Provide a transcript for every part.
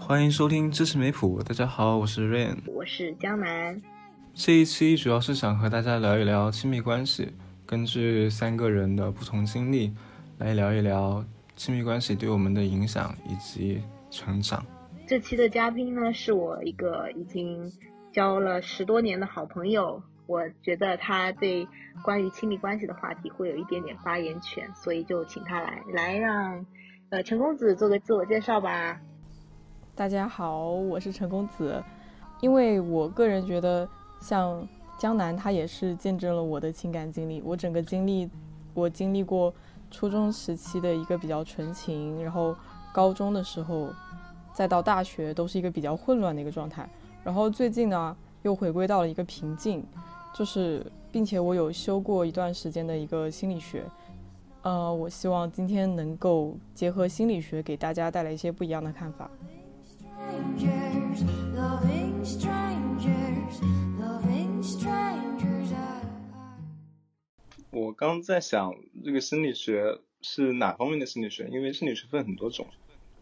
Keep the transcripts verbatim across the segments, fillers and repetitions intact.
欢迎收听知识没谱，大家好，我是 Rain， 我是江南。 这一期主要是想和大家聊一聊亲密关系，根据三个人的不同经历来聊一聊亲密关系对我们的影响以及成长。 这期的嘉宾呢，是我一个已经交了十多年的好朋友，我觉得他对关于亲密关系的话题会有一点点发言权，所以就请他来来让呃陈公子做个自我介绍吧。 大家好，我是陈公子。因为我个人觉得像江南他也是见证了我的情感经历，我整个经历我经历过初中时期的一个比较纯情，然后高中的时候再到大学都是一个比较混乱的一个状态，然后最近呢又回归到了一个平静，就是并且我有修过一段时间的一个心理学，呃，我希望今天能够结合心理学给大家带来一些不一样的看法。 我刚在想这个心理学是哪方面的心理学，因为心理学分很多种。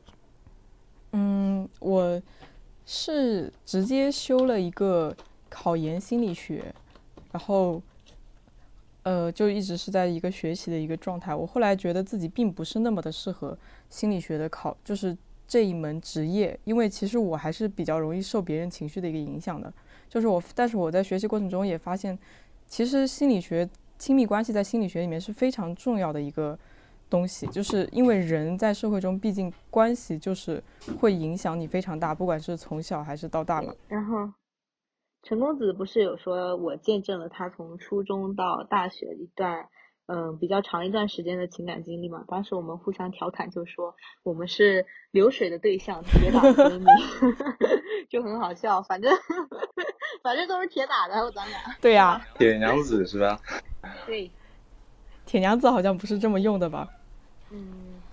嗯，我是直接修了一个考研心理学，然后呃，就一直是在一个学习的一个状态。我后来觉得自己并不是那么的适合心理学的考，就是这一门职业，因为其实我还是比较容易受别人情绪的一个影响的。就是我，但是我在学习过程中也发现，其实心理学、亲密关系在心理学里面是非常重要的一个东西，就是因为人在社会中，毕竟关系就是会影响你非常大，不管是从小还是到大嘛。 然后陈公子不是有说我见证了他从初中到大学一段嗯比较长一段时间的情感经历嘛？当时我们互相调侃，就说我们是流水的对象，铁打的闺蜜，就很好笑。反正反正都是铁打的，咱俩。 对呀、啊， 铁娘子是吧？ 对， 铁娘子好像不是这么用的吧？ 嗯。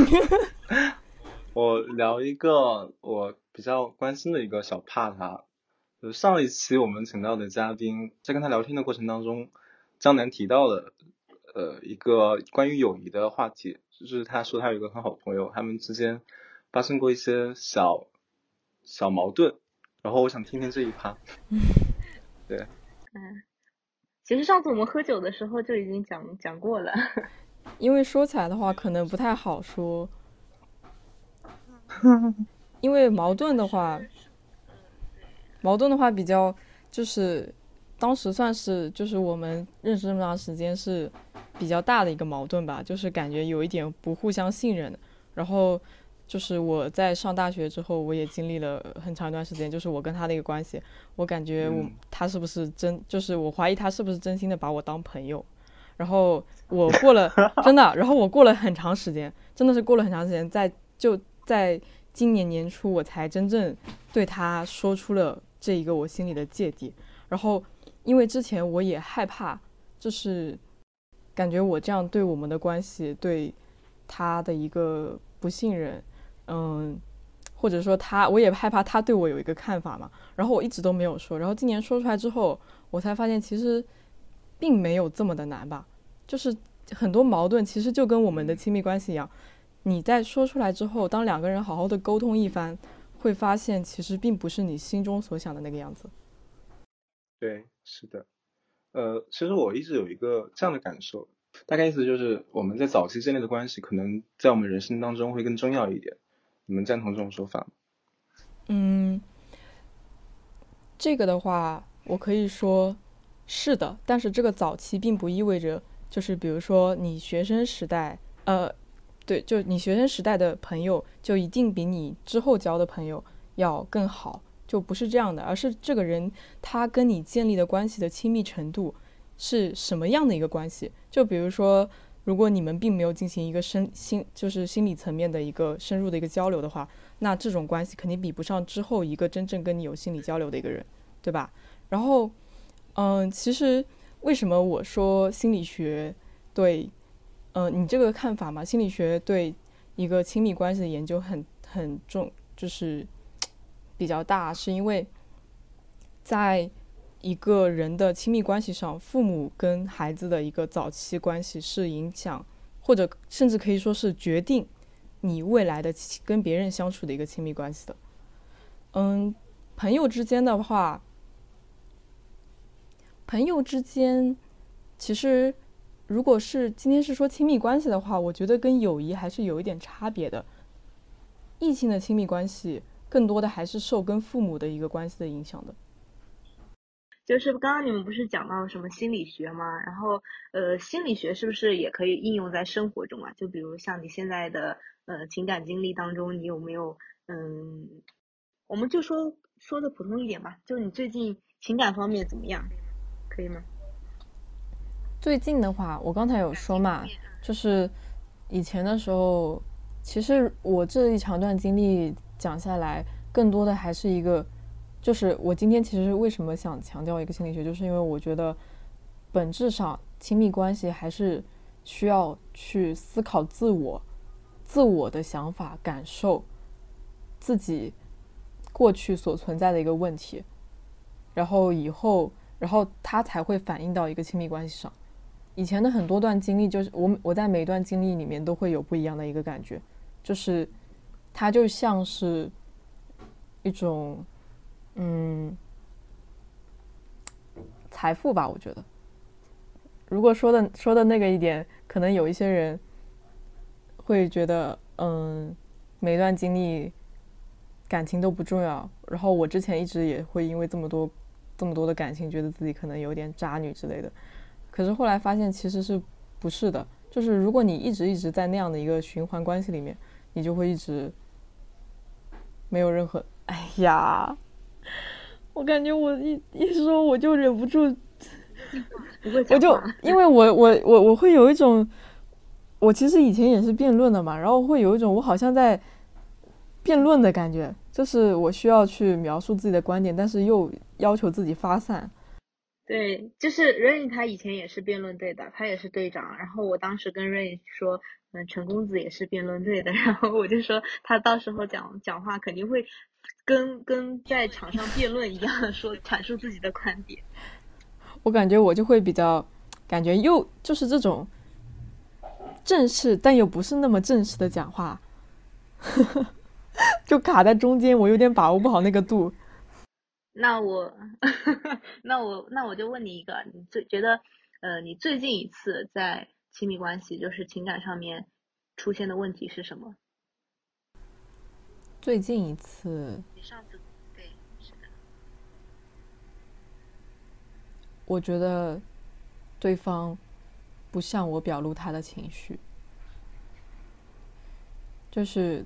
我聊一个我比较关心的一个小 part， 就是上一期我们请到的嘉宾在跟他聊天的过程当中，江南提到了呃一个关于友谊的话题，就是他说他有一个很好的朋友，他们之间发生过一些小小矛盾，然后我想听听这一趴。对， 嗯，其实上次我们喝酒的时候就已经讲讲过了。 因为说起来的话可能不太好说，因为矛盾的话矛盾的话比较就是当时算是就是我们认识这么长时间是比较大的一个矛盾吧，就是感觉有一点不互相信任。然后就是我在上大学之后，我也经历了很长一段时间，就是我跟他的一个关系，我感觉我、嗯、他是不是真，就是我怀疑他是不是真心的把我当朋友。然后我过了真的，然后我过了很长时间，真的是过了很长时间，在就在今年年初我才真正对他说出了这一个我心里的芥蒂。然后因为之前我也害怕，就是感觉我这样对我们的关系，对他的一个不信任，嗯，或者说他，我也害怕他对我有一个看法嘛，然后我一直都没有说。然后今年说出来之后，我才发现其实并没有这么的难吧，就是很多矛盾其实就跟我们的亲密关系一样，你在说出来之后，当两个人好好的沟通一番，会发现其实并不是你心中所想的那个样子。 对，是的。呃，其实我一直有一个这样的感受，大概意思就是我们在早期建立的关系可能在我们人生当中会更重要一点，你们赞同这种说法吗？ 嗯，这个的话我可以说是的，但是这个早期并不意味着就是比如说你学生时代呃，对，就你学生时代的朋友就一定比你之后交的朋友要更好，就不是这样的，而是这个人他跟你建立的关系的亲密程度是什么样的一个关系。就比如说如果你们并没有进行一个深心就是心理层面的一个深入的一个交流的话，那这种关系肯定比不上之后一个真正跟你有心理交流的一个人，对吧？然后嗯，其实为什么我说心理学对嗯你这个看法嘛，心理学对一个亲密关系的研究很很重，就是比较大，是因为在一个人的亲密关系上，父母跟孩子的一个早期关系是影响，或者甚至可以说是决定你未来的跟别人相处的一个亲密关系的。 嗯，朋友之间的话，朋友之间其实如果是今天是说亲密关系的话，我觉得跟友谊还是有一点差别的。异性的亲密关系更多的还是受跟父母的一个关系的影响的。 就是刚刚你们不是讲到什么心理学吗？然后呃，心理学是不是也可以应用在生活中啊？就比如像你现在的呃情感经历当中，你有没有嗯，我们就说说的普通一点吧，就你最近情感方面怎么样，可以吗？ 最近的话，我刚才有说嘛，就是以前的时候，其实我这一长段经历讲下来，更多的还是一个，就是我今天其实为什么想强调一个心理学，就是因为我觉得本质上亲密关系还是需要去思考自我、自我的想法、感受，自己过去所存在的一个问题，然后以后，然后它才会反映到一个亲密关系上。以前的很多段经历，就是我我在每一段经历里面都会有不一样的一个感觉，就是它就像是一种嗯财富吧，我觉得。如果说的说的那个一点，可能有一些人会觉得，嗯，每一段经历感情都不重要。然后我之前一直也会因为这么多这么多的感情，觉得自己可能有点渣女之类的。可是后来发现其实是不是的，就是如果你一直一直在那样的一个循环关系里面，你就会一直没有任何。哎呀，我感觉我一一说我就忍不住，我就因为我我我我会有一种，我其实以前也是辩论的嘛，然后会有一种我好像在辩论的感觉，就是我需要去描述自己的观点，但是又要求自己发散。 对，就是 Rain 他以前也是辩论队的，他也是队长。然后我当时跟 Rain 说，嗯，陈公子也是辩论队的，然后我就说他到时候讲讲话肯定会跟跟在场上辩论一样的说阐述自己的观点。 我感觉我就会比较，感觉又就是这种正式但又不是那么正式的讲话，就卡在中间，我有点把握不好那个度。 那我那我那我就问你一个，你最觉得呃你最近一次在亲密关系就是情感上面出现的问题是什么？ 最近一次， 你上次对是的， 我觉得对方不向我表露他的情绪，就是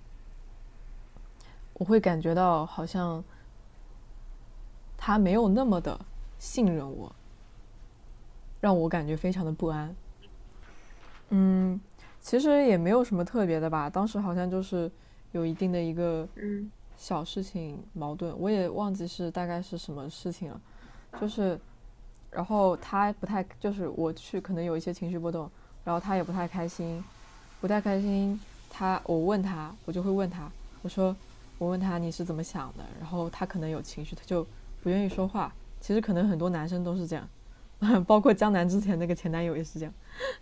我会感觉到好像他没有那么的信任我，让我感觉非常的不安。嗯，其实也没有什么特别的吧，当时好像就是有一定的一个小事情矛盾，我也忘记是大概是什么事情了，就是然后他不太，就是我去可能有一些情绪波动，然后他也不太开心，不太开心，他我问他，我就会问他，我说我问他你是怎么想的，然后他可能有情绪，他就不愿意说话。其实可能很多男生都是这样，包括江南之前那个前男友也是这样。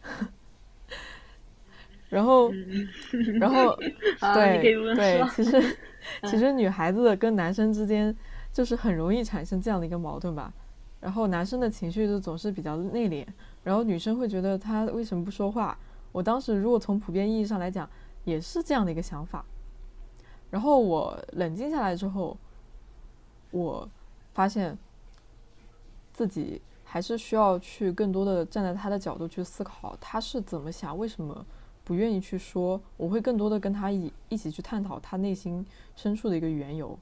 然后，然后，对对，其实其实女孩子跟男生之间就是很容易产生这样的一个矛盾吧。然后男生的情绪就总是比较内敛，然后女生会觉得他为什么不说话。我当时如果从普遍意义上来讲，也是这样的一个想法。然后我冷静下来之后，我发现自己还是需要去更多的站在他的角度去思考，他是怎么想，为什么不愿意去说。我会更多的跟他一一起去探讨他内心深处的一个缘由。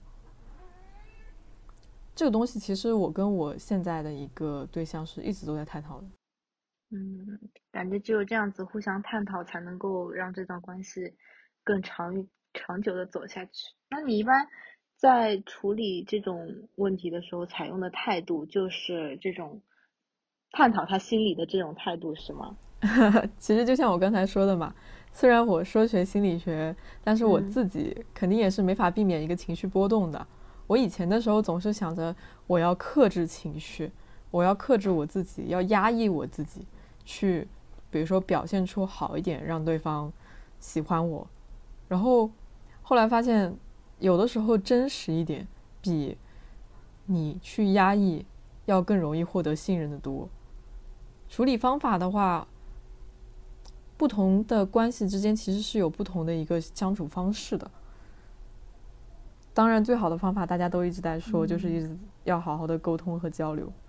这个东西其实我跟我现在的一个对象是一直都在探讨的。 嗯，感觉只有这样子互相探讨，才能够让这段关系更长长久的走下去。那你一般在处理这种问题的时候，采用的态度就是这种探讨他心里的这种态度是吗？ 其实就像我刚才说的嘛，虽然我说学心理学，但是我自己肯定也是没法避免一个情绪波动的。嗯、我以前的时候总是想着我要克制情绪，我要克制我自己，要压抑我自己，去比如说表现出好一点，让对方喜欢我。然后后来发现有的时候真实一点，比你去压抑要更容易获得信任的多。处理方法的话，不同的关系之间其实是有不同的一个相处方式的。当然最好的方法大家都一直在说，就是一直要好好的沟通和交流。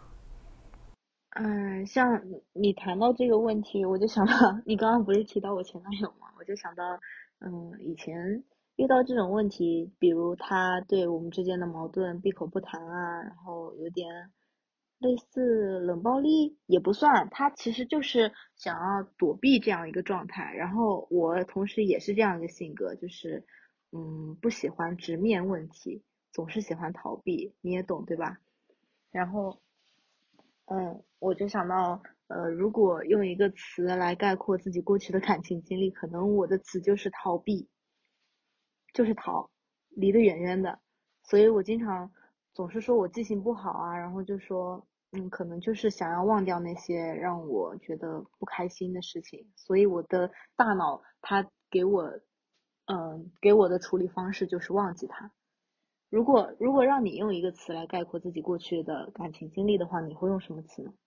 嗯，像你谈到这个问题，我就想到你刚刚不是提到我前男友吗？我就想到，嗯，以前遇到这种问题，比如他对我们之间的矛盾闭口不谈啊，然后有点类似冷暴力，也不算，他其实就是想要躲避这样一个状态。然后我同时也是这样一个性格，就是嗯，不喜欢直面问题，总是喜欢逃避，你也懂对吧？然后。嗯，我就想到，呃，如果用一个词来概括自己过去的感情经历，可能我的词就是逃避，就是逃，离得远远的。所以我经常总是说我记性不好啊，然后就说，嗯，可能就是想要忘掉那些让我觉得不开心的事情。所以我的大脑它给我，嗯，给我的处理方式就是忘记它。如果如果让你用一个词来概括自己过去的感情经历的话，你会用什么词呢？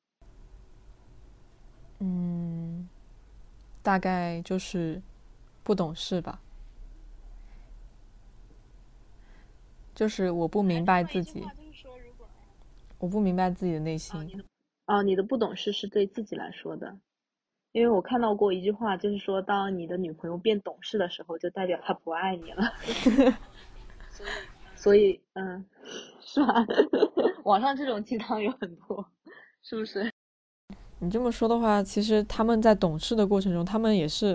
嗯，大概就是不懂事吧，就是我不明白自己，我不明白自己的内心。 哦，你的不懂事是对自己来说的，因为我看到过一句话，就是说，当你的女朋友变懂事的时候，就代表她不爱你了。所以，嗯，是吧？网上这种鸡汤有很多，是不是？ 你这么说的话，其实他们在懂事的过程中，他们也是，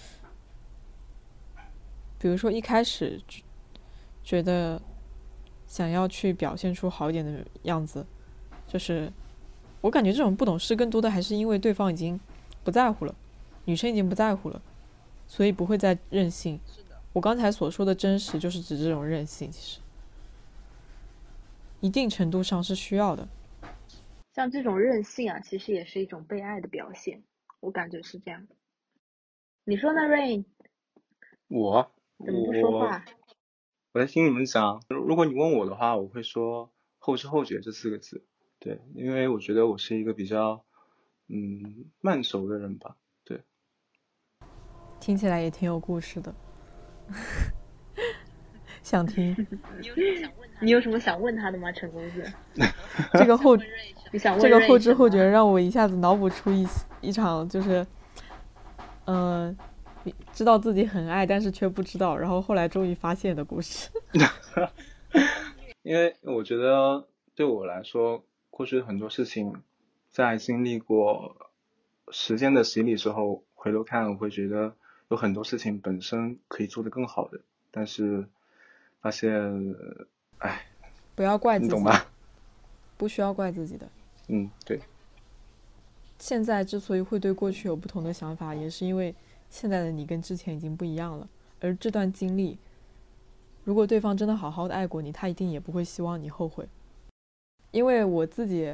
比如说一开始觉得想要去表现出好一点的样子，就是我感觉这种不懂事更多的还是因为对方已经不在乎了，女生已经不在乎了，所以不会再任性。我刚才所说的真实就是指这种任性，其实一定程度上是需要的。 像这种任性啊，其实也是一种被爱的表现，我感觉是这样。你说呢，Rain？ 我怎么不说我话？ 我在听你们讲，如果你问我的话，我会说后知后觉这四个字。对，因为我觉得我是一个比较嗯慢熟的人吧。对， 听起来也挺有故事的，想听。 你有什么想问他的吗，陈公子？ 这个后你想问这个后 Rain 什么？ 知后觉让我一下子脑补出一一场就是嗯、呃知道自己很爱但是却不知道，然后后来终于发现的故事。 因为我觉得对我来说，过去很多事情，在经历过时间的洗礼之后，回头看，我会觉得有很多事情本身可以做得更好的，但是发现，哎， 不要怪自己， 你懂吧？ 不需要怪自己的。 嗯，对。 现在之所以会对过去有不同的想法，也是因为现在的你跟之前已经不一样了。而这段经历，如果对方真的好好的爱过你，他一定也不会希望你后悔。因为我自己，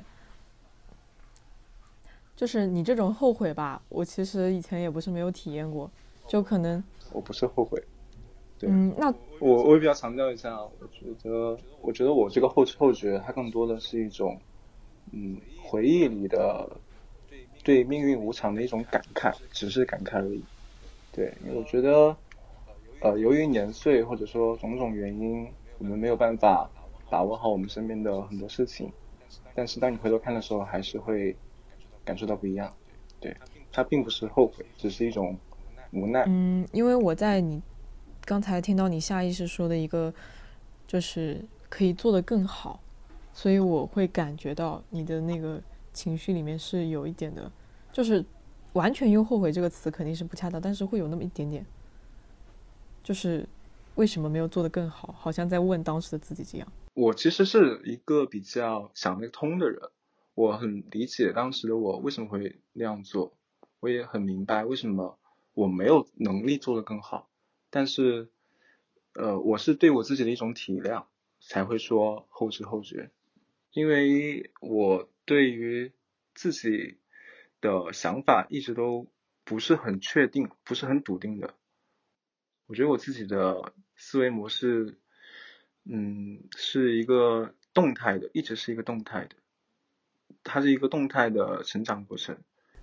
就是你这种后悔吧，我其实以前也不是没有体验过，就可能， 我不是后悔。对， 嗯，那我我也比较强调一下，我觉得，我觉得我这个后知后觉，它更多的是一种，嗯，回忆里的对命运无常的一种感慨，只是感慨而已。对，因为我觉得，呃，由于年岁或者说种种原因，我们没有办法把握好我们身边的很多事情，但是当你回头看的时候，还是会感受到不一样。对，它并不是后悔，只是一种无奈。 嗯，因为我在你刚才听到你下意识说的一个，就是可以做得更好，所以我会感觉到你的那个情绪里面是有一点的，就是完全用后悔这个词肯定是不恰当，但是会有那么一点点，就是为什么没有做得更好，好像在问当时的自己这样。 我其实是一个比较想得通的人，我很理解当时的我为什么会那样做，我也很明白为什么我没有能力做得更好，但是，呃，我是对我自己的一种体谅，才会说后知后觉，因为我对于自己的想法一直都不是很确定，不是很笃定的。我觉得我自己的思维模式，嗯，是一个动态的，一直是一个动态的，它是一个动态的成长过程。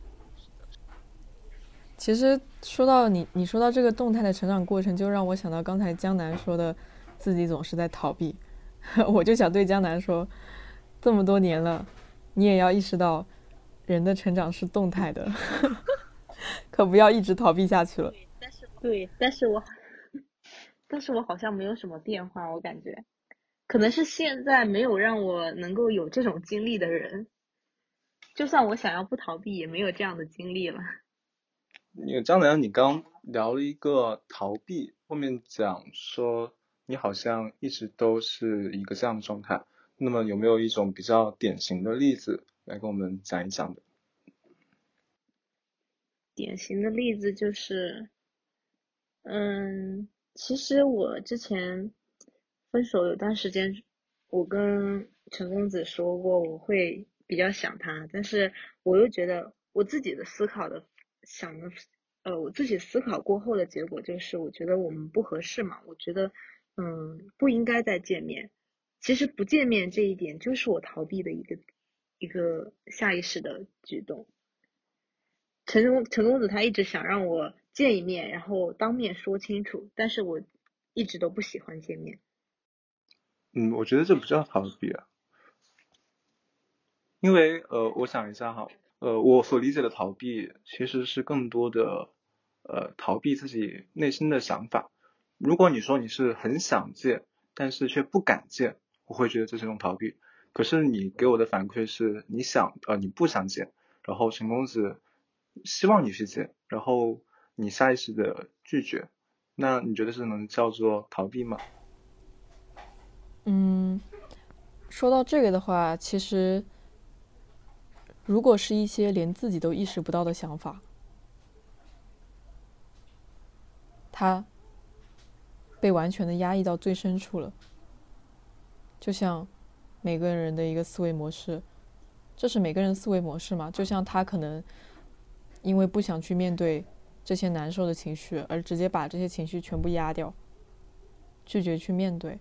其实说到你，你说到这个动态的成长过程，就让我想到刚才江南说的，自己总是在逃避。我就想对江南说，这么多年了，你也要意识到，人的成长是动态的，可不要一直逃避下去了。 对，但是我但是我好像没有什么变化，我感觉可能是现在没有让我能够有这种经历的人，就算我想要不逃避，也没有这样的经历了。 你张楠，你刚聊了一个逃避，后面讲说你好像一直都是一个这样的状态，那么有没有一种比较典型的例子来跟我们讲一讲的？ 典型的例子就是，嗯，其实我之前分手有段时间，我跟陈公子说过我会比较想他，但是我又觉得我自己的思考的想的，呃，我自己思考过后的结果就是，我觉得我们不合适嘛，我觉得，嗯，不应该再见面。其实不见面这一点就是我逃避的一个一个下意识的举动。陈公陈公子他一直想让我见一面，然后当面说清楚，但是我一直都不喜欢见面。 嗯，我觉得这不叫逃避啊，因为呃，我想一下哈，呃，我所理解的逃避其实是更多的呃逃避自己内心的想法。如果你说你是很想见，但是却不敢见，我会觉得这是一种逃避。可是你给我的反馈是你想呃你不想见，然后陈公子希望你去见，然后你下意识的拒绝，那你觉得这能叫做逃避吗？ 嗯，说到这个的话，其实如果是一些连自己都意识不到的想法，它被完全的压抑到最深处了。就像每个人的一个思维模式，这是每个人的思维模式嘛？就像他可能因为不想去面对这些难受的情绪，而直接把这些情绪全部压掉，拒绝去面对，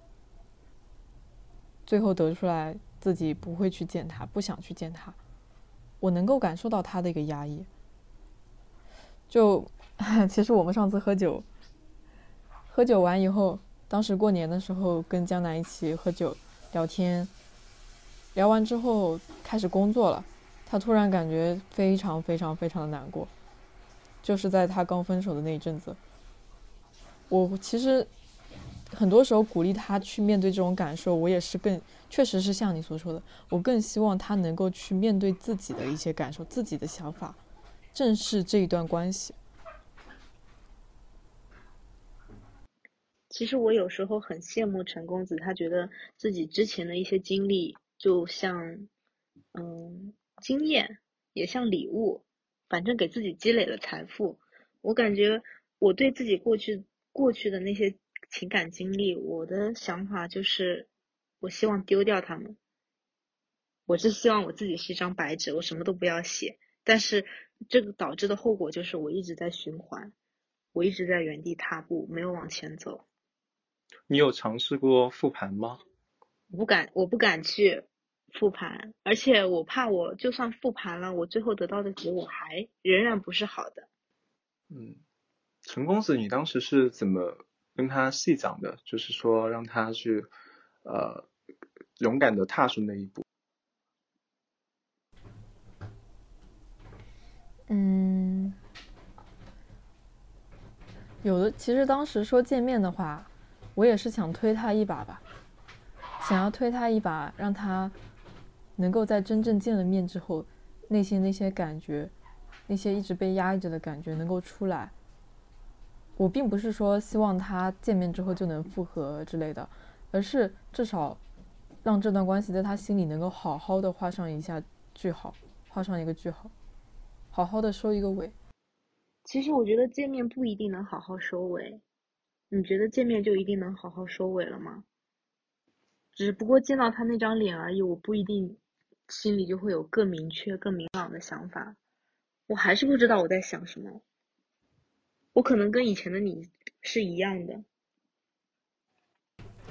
最后得出来自己不会去见他，不想去见他。我能够感受到他的一个压抑。就其实我们上次喝酒，喝酒完以后，当时过年的时候跟江南一起喝酒聊天，聊完之后开始工作了，他突然感觉非常非常非常的难过，就是在他刚分手的那一阵子。我其实很多时候鼓励他去面对这种感受，我也是更确实是像你所说的，我更希望他能够去面对自己的一些感受，自己的想法，正视这一段关系。 其实我有时候很羡慕陈公子，他觉得自己之前的一些经历就像嗯经验，也像礼物，反正给自己积累了财富。我感觉我对自己过去过去的那些情感经历，我的想法就是我希望丢掉他们，我是希望我自己是一张白纸，我什么都不要写。但是这个导致的后果就是我一直在循环，我一直在原地踏步，没有往前走。 你有尝试过复盘吗？ 我不敢，我不敢去复盘，而且我怕我就算复盘了，我最后得到的结果还仍然不是好的。 嗯，陈公子，你当时是怎么跟他细讲的？就是说让他去呃勇敢的踏出那一步。 嗯，有的其实当时说见面的话，我也是想推他一把吧，想要推他一把，让他能够在真正见了面之后，内心那些感觉，那些一直被压抑着的感觉能够出来。我并不是说希望他见面之后就能复合之类的，而是至少让这段关系在他心里能够好好的画上一下句号，画上一个句号，好好的收一个尾。 其实我觉得见面不一定能好好收尾，你觉得见面就一定能好好收尾了吗？只不过见到他那张脸而已，我不一定心里就会有更明确、更明朗的想法。我还是不知道我在想什么，我可能跟以前的你是一样的。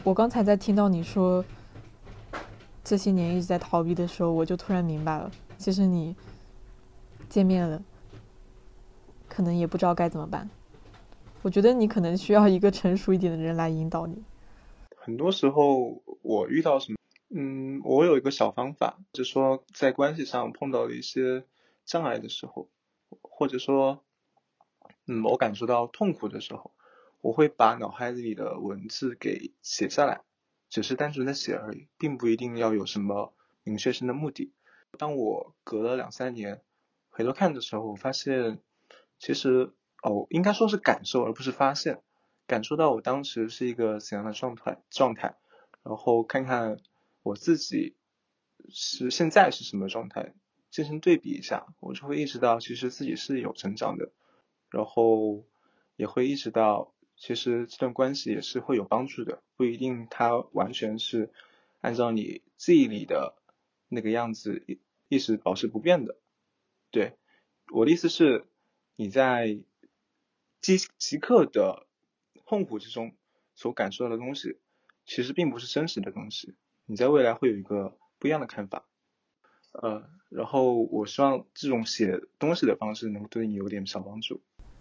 我刚才在听到你说这些年一直在逃避的时候，我就突然明白了，其实你见面了可能也不知道该怎么办。我觉得你可能需要一个成熟一点的人来引导你。 很多时候我遇到什么，嗯，我有一个小方法，就是说在关系上碰到了一些障碍的时候，或者说，嗯，我感受到痛苦的时候，我会把脑海里的文字给写下来，只是单纯的写而已，并不一定要有什么明确性的目的。当我隔了两三年回头看的时候，我发现其实哦，应该说是感受而不是发现，感受到我当时是一个怎样的状态状态，然后看看我自己是现在是什么状态，进行对比一下，我就会意识到其实自己是有成长的，然后也会意识到其实这段关系也是会有帮助的，不一定它完全是按照你记忆里的那个样子一直保持不变的。对，我的意思是你在即即刻的痛苦之中所感受到的东西其实并不是真实的东西，你在未来会有一个不一样的看法。呃，然后我希望这种写东西的方式能够对你有点小帮助。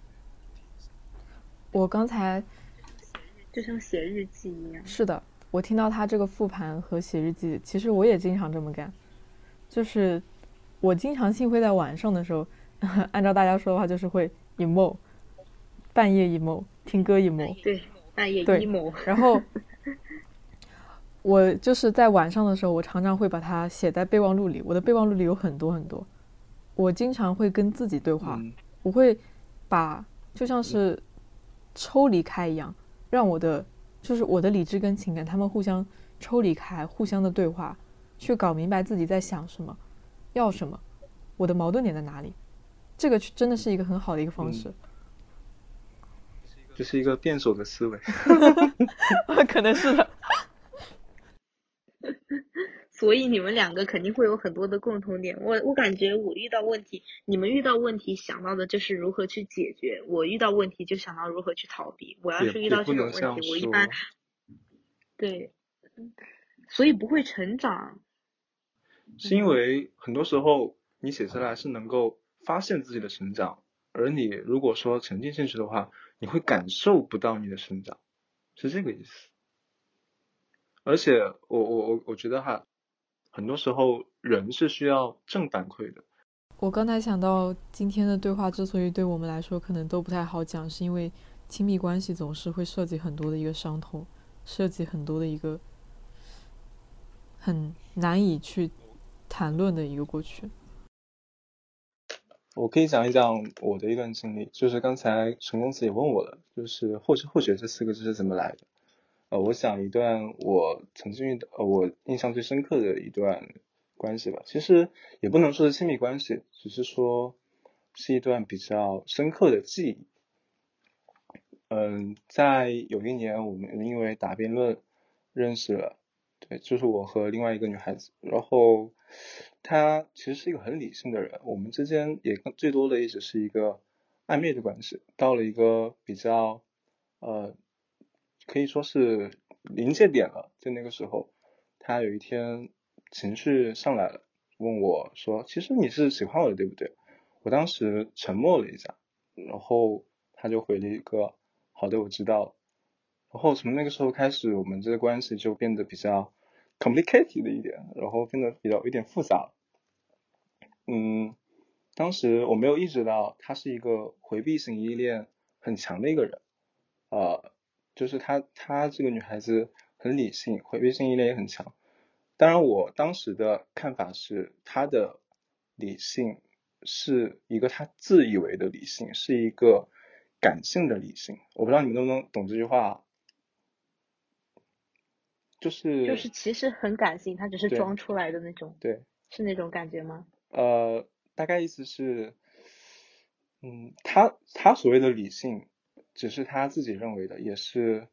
我刚才就像写日记一样。 是的，我听到他这个复盘和写日记，其实我也经常这么干，就是我经常性会在晚上的时候按照大家说的话就是会 emo， 半夜 emo， 听歌 emo， 对，半夜 emo。 然后我就是在晚上的时候，我常常会把它写在备忘录里，我的备忘录里有很多很多，我经常会跟自己对话、嗯、我会把就像是抽离开一样，让我的就是我的理智跟情感他们互相抽离开，互相的对话，去搞明白自己在想什么，要什么，我的矛盾点在哪里。这个真的是一个很好的一个方式。嗯， 这是一个辩手的思维。 可能是的。 所以你们两个肯定会有很多的共同点。我我感觉我遇到问题，你们遇到问题想到的就是如何去解决，我遇到问题就想到如何去逃避。我要是遇到这种问题，我一般对，所以不会成长。 是因为很多时候你写下来是能够发现自己的成长，而你如果说沉浸进去的话，你会感受不到你的成长，是这个意思。而且我我我我觉得哈，很多时候人是需要正反馈的。 我刚才想到今天的对话之所以对我们来说可能都不太好讲，是因为亲密关系总是会涉及很多的一个伤痛，涉及很多的一个很难以去谈论的一个过去。 我可以讲一讲我的一段经历，就是刚才陈公子也问我了，就是后知后觉这四个字是怎么来的。呃，我想一段我曾经遇到呃我印象最深刻的一段关系吧，其实也不能说是亲密关系，只是说是一段比较深刻的记忆。嗯，在有一年我们因为打辩论认识了，对，就是我和另外一个女孩子，然后她其实是一个很理性的人，我们之间也最多的也只是一个暧昧的关系，到了一个比较呃可以说是临界点了，就那个时候她有一天情绪上来了，问我说其实你是喜欢我的对不对？我当时沉默了一下，然后她就回了一个好的我知道了。然后从那个时候开始，我们这个关系就变得比较 complicated 一点，然后变得比较有点复杂。嗯，当时我没有意识到他是一个回避型依恋很强的一个人，呃，就是他他这个女孩子很理性，回避性依恋也很强。当然，我当时的看法是，他的理性是一个他自以为的理性，是一个感性的理性。我不知道你们能不能懂这句话。就是就是其实很感性，他只是装出来的那种。 对， 是那种感觉吗？ 呃，大概意思是，嗯，他他所谓的理性，只是他自己认为的，也是。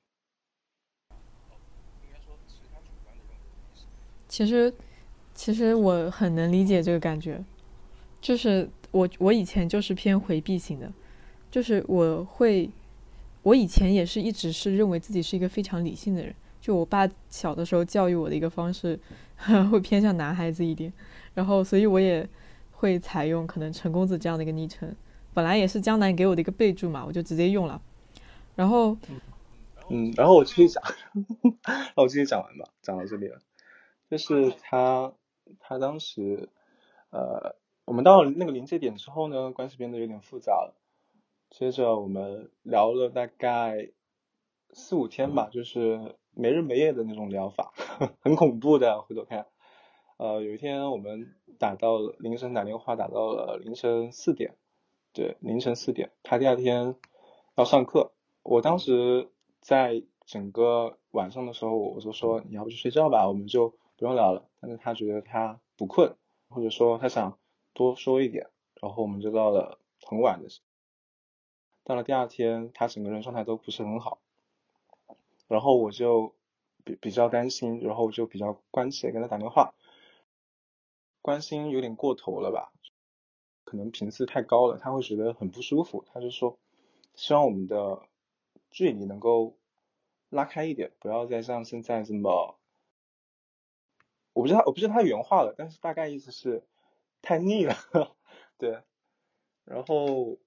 其实，其实我很能理解这个感觉，就是我我以前就是偏回避型的，就是我会，我以前也是一直是认为自己是一个非常理性的人。 就我爸小的时候教育我的一个方式会偏向男孩子一点，然后所以我也会采用可能陈公子这样的一个昵称，本来也是江南给我的一个备注嘛，我就直接用了。然后嗯，然后我继续讲，让我继续讲完吧，讲到这里了。就是他他当时呃，我们到了那个临界点之后呢，关系变得有点复杂了。接着我们聊了大概四五天吧，就是没日没夜的那种疗法，很恐怖的。回头看，呃，有一天我们打到了凌晨打电话打到了凌晨四点，对，凌晨四点，他第二天要上课。我当时在整个晚上的时候，我就说你要不去睡觉吧，我们就不用聊了。但是他觉得他不困，或者说他想多说一点，然后我们就到了很晚的时候。到了第二天，他整个人状态都不是很好，然后我就比比较担心，然后我就比较关切跟他打电话，关心有点过头了吧，可能频次太高了，他会觉得很不舒服。他就说希望我们的距离能够拉开一点，不要再像现在这么，我不知道我不知道他原话了，但是大概意思是太腻了对，然后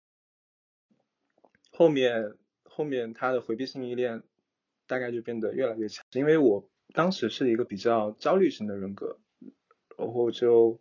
后面后面他的回避性依恋大概就变得越来越强，因为我当时是一个比较焦虑型的人格，然后就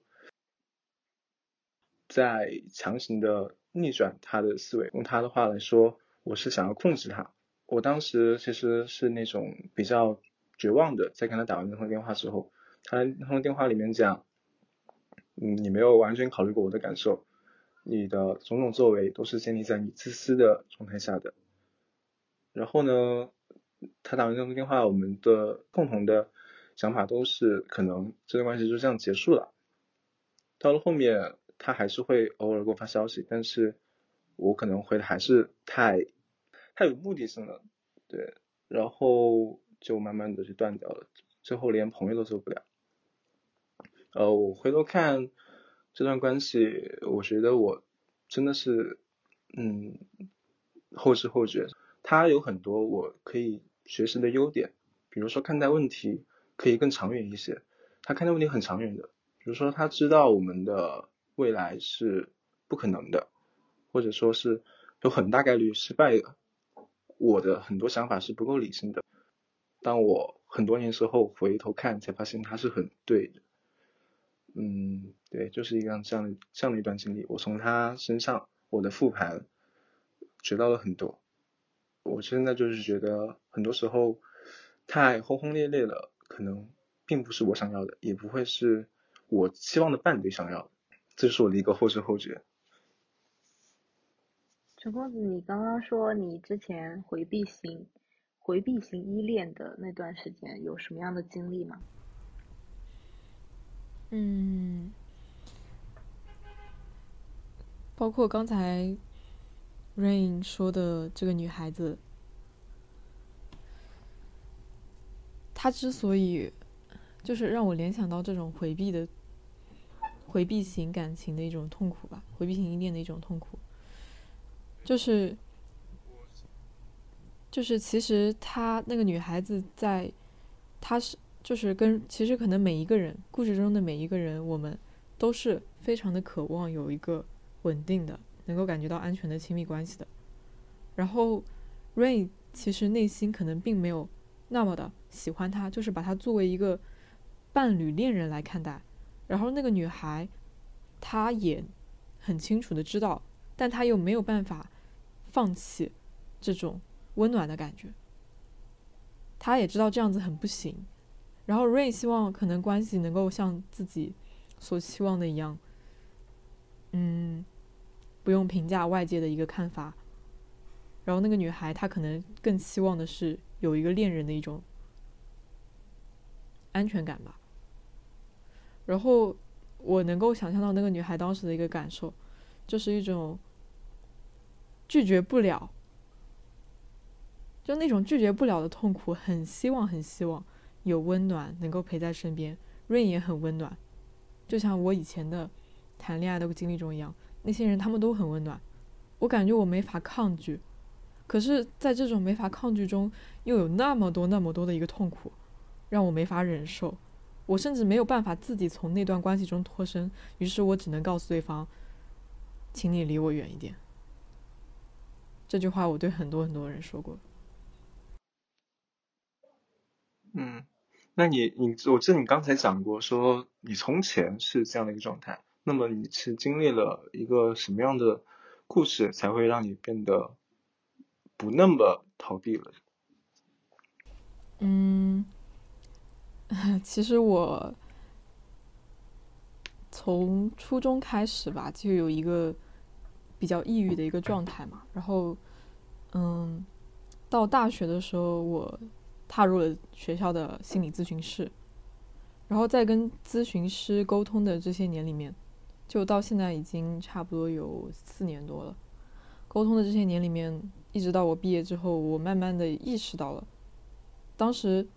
在强行的逆转他的思维。用他的话来说，我是想要控制他。我当时其实是那种比较绝望的，在跟他打完那通电话之后，他那通电话里面讲，嗯，你没有完全考虑过我的感受，你的种种作为都是建立在你自私的状态下的。然后呢，他打完这通电话，我们的共同的想法都是可能这段关系就这样结束了。到了后面他还是会偶尔给我发消息，但是我可能回的还是太太有目的性了，对，然后就慢慢的就断掉了，最后连朋友都做不了。呃，我回头看这段关系，我觉得我真的是嗯后知后觉，他有很多我可以学习的优点，比如说看待问题可以更长远一些，他看待问题很长远的，比如说他知道我们的未来是不可能的，或者说是有很大概率失败的，我的很多想法是不够理性的，当我很多年之后回头看才发现他是很对的。嗯，对，就是一个这样的这样的一段经历，我从他身上我的复盘学到了很多。我现在就是觉得很多时候太轰轰烈烈了，可能并不是我想要的，也不会是我期望的伴侣想要的，这是我的一个后知后觉。 陈公子，你刚刚说你之前回避型回避型依恋的那段时间有什么样的经历吗？ 嗯，包括刚才 Rain 说的这个女孩子，她之所以就是让我联想到这种回避的回避型感情的一种痛苦吧，回避型依恋的一种痛苦，就是就是其实她那个女孩子在，她是就是跟其实可能每一个人故事中的每一个人，我们都是非常的渴望有一个稳定的能够感觉到安全的亲密关系的。然后 Rain 其实内心可能并没有那么的喜欢他，就是把他作为一个伴侣恋人来看待。然后那个女孩她也很清楚的知道，但她又没有办法放弃这种温暖的感觉，她也知道这样子很不行。然后 Rain 希望可能关系能够像自己所期望的一样，嗯，不用评价外界的一个看法。然后那个女孩她可能更希望的是有一个恋人的一种安全感吧。然后我能够想象到那个女孩当时的一个感受，就是一种拒绝不了，就那种拒绝不了的痛苦，很希望很希望有温暖能够陪在身边。Rain 也很温暖，就像我以前的谈恋爱的经历中一样，那些人他们都很温暖，我感觉我没法抗拒， 可是在这种没法抗拒中，又有那么多那么多的一个痛苦，让我没法忍受。我甚至没有办法自己从那段关系中脱身，于是我只能告诉对方，请你离我远一点。这句话我对很多很多人说过。 嗯，那你你我记得你刚才讲过说你从前是这样的一个状态，那么你是经历了一个什么样的故事才会让你变得不那么逃避了？ 嗯，其实我从初中开始吧，就有一个比较抑郁的一个状态嘛，然后嗯，到大学的时候，我踏入了学校的心理咨询室，然后在跟咨询师沟通的这些年里面，就到现在已经差不多有四年多了。沟通的这些年里面，一直到我毕业之后，我慢慢的意识到了，当时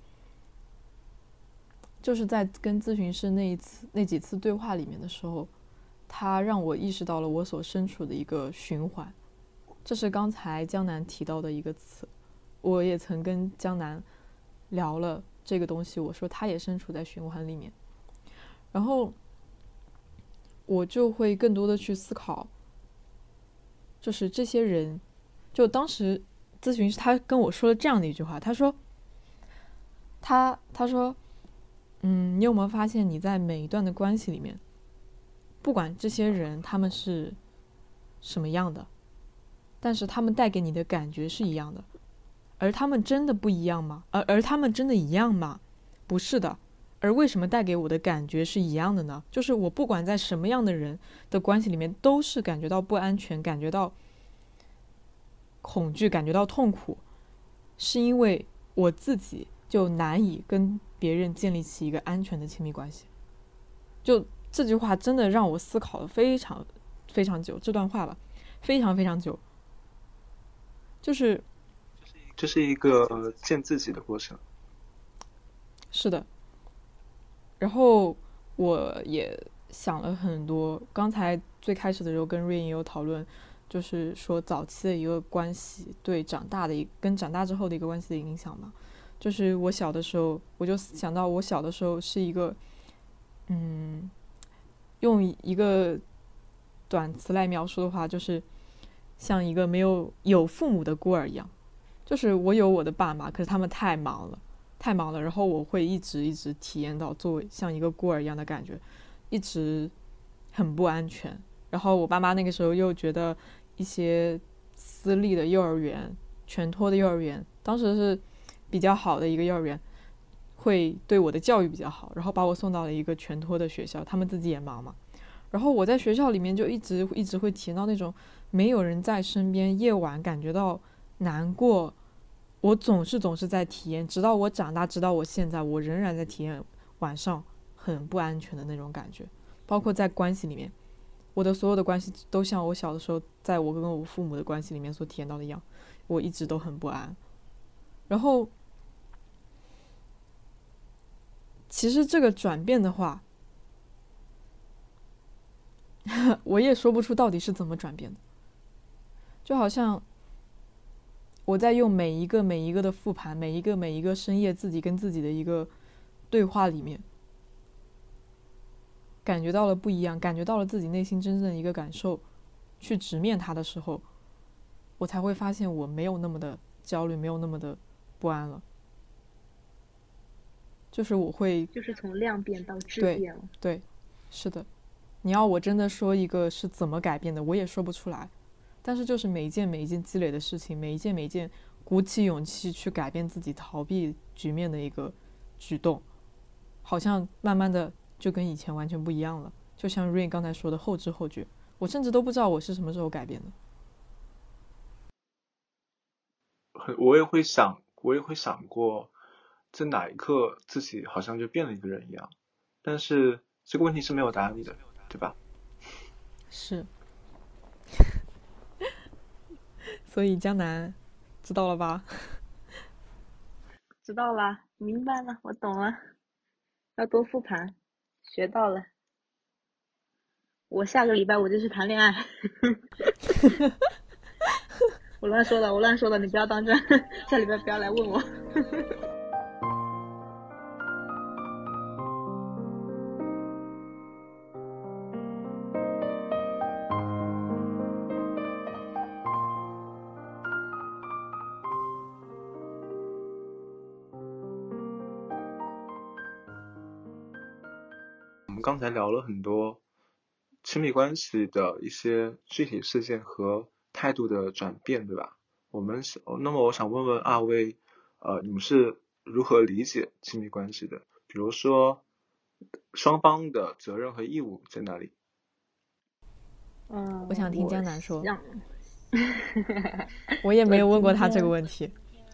就是在跟咨询师那一次那几次对话里面的时候，他让我意识到了我所身处的一个循环。这是刚才江南提到的一个词，我也曾跟江南聊了这个东西，我说他也身处在循环里面，然后我就会更多的去思考，就是这些人，就当时咨询师他跟我说了这样的一句话，他说他他说嗯，你有没有发现你在每一段的关系里面，不管这些人他们是什么样的，但是他们带给你的感觉是一样的，而他们真的不一样吗？而而他们真的一样吗？不是的。而为什么带给我的感觉是一样的呢？就是我不管在什么样的人的关系里面，都是感觉到不安全，感觉到恐惧，感觉到痛苦，是因为我自己就难以跟别人建立起一个安全的亲密关系。就这句话真的让我思考了非常非常久，这段话吧，非常非常久。就是这是一个见自己的过程。 是的。然后我也想了很多，刚才最开始的时候跟瑞英也有讨论，就是说早期的一个关系对长大的一跟长大之后的一个关系的影响嘛。就是我小的时候，我就想到我小的时候是一个，嗯，用一个短词来描述的话，就是像一个没有有父母的孤儿一样。就是我有我的爸妈，可是他们太忙了。太忙了，然后我会一直一直体验到作为像一个孤儿一样的感觉，一直很不安全。然后我爸妈那个时候又觉得一些私立的幼儿园、全托的幼儿园，当时是比较好的一个幼儿园，会对我的教育比较好，然后把我送到了一个全托的学校，他们自己也忙嘛。然后我在学校里面就一直一直会体验到那种没有人在身边，夜晚感觉到难过。我总是总是在体验，直到我长大，直到我现在，我仍然在体验晚上很不安全的那种感觉。包括在关系里面，我的所有的关系都像我小的时候在我跟我父母的关系里面所体验到的一样，我一直都很不安。然后其实这个转变的话，我也说不出到底是怎么转变的，就好像我在用每一个每一个的复盘，每一个每一个深夜自己跟自己的一个对话里面，感觉到了不一样，感觉到了自己内心真正的一个感受，去直面它的时候，我才会发现我没有那么的焦虑，没有那么的不安了。就是我会， 就是从量变到质变了。 对对，是的。你要我真的说一个是怎么改变的，我也说不出来。但是就是每一件每一件积累的事情，每一件每一件鼓起勇气去改变自己、逃避局面的一个举动，好像慢慢的就跟以前完全不一样了。就像 Rain 刚才说的后知后觉，我甚至都不知道我是什么时候改变的。 我也会想，我也会想过，在哪一刻自己好像就变了一个人一样，但是这个问题是没有答案的，对吧？ 是。所以江南知道了吧？ 知道了，明白了，我懂了，要多复盘，学到了。我下个礼拜我就去谈恋爱。 我乱说的，我乱说的，你不要当真，下礼拜不要来问我。 我们刚才聊了很多亲密关系的一些具体事件和态度的转变，对吧？我们是，那么我想问问二位，呃，你们是如何理解亲密关系的？比如说，双方的责任和义务在哪里？ 嗯， 我想听江南说。 我我也没有问过他这个问题。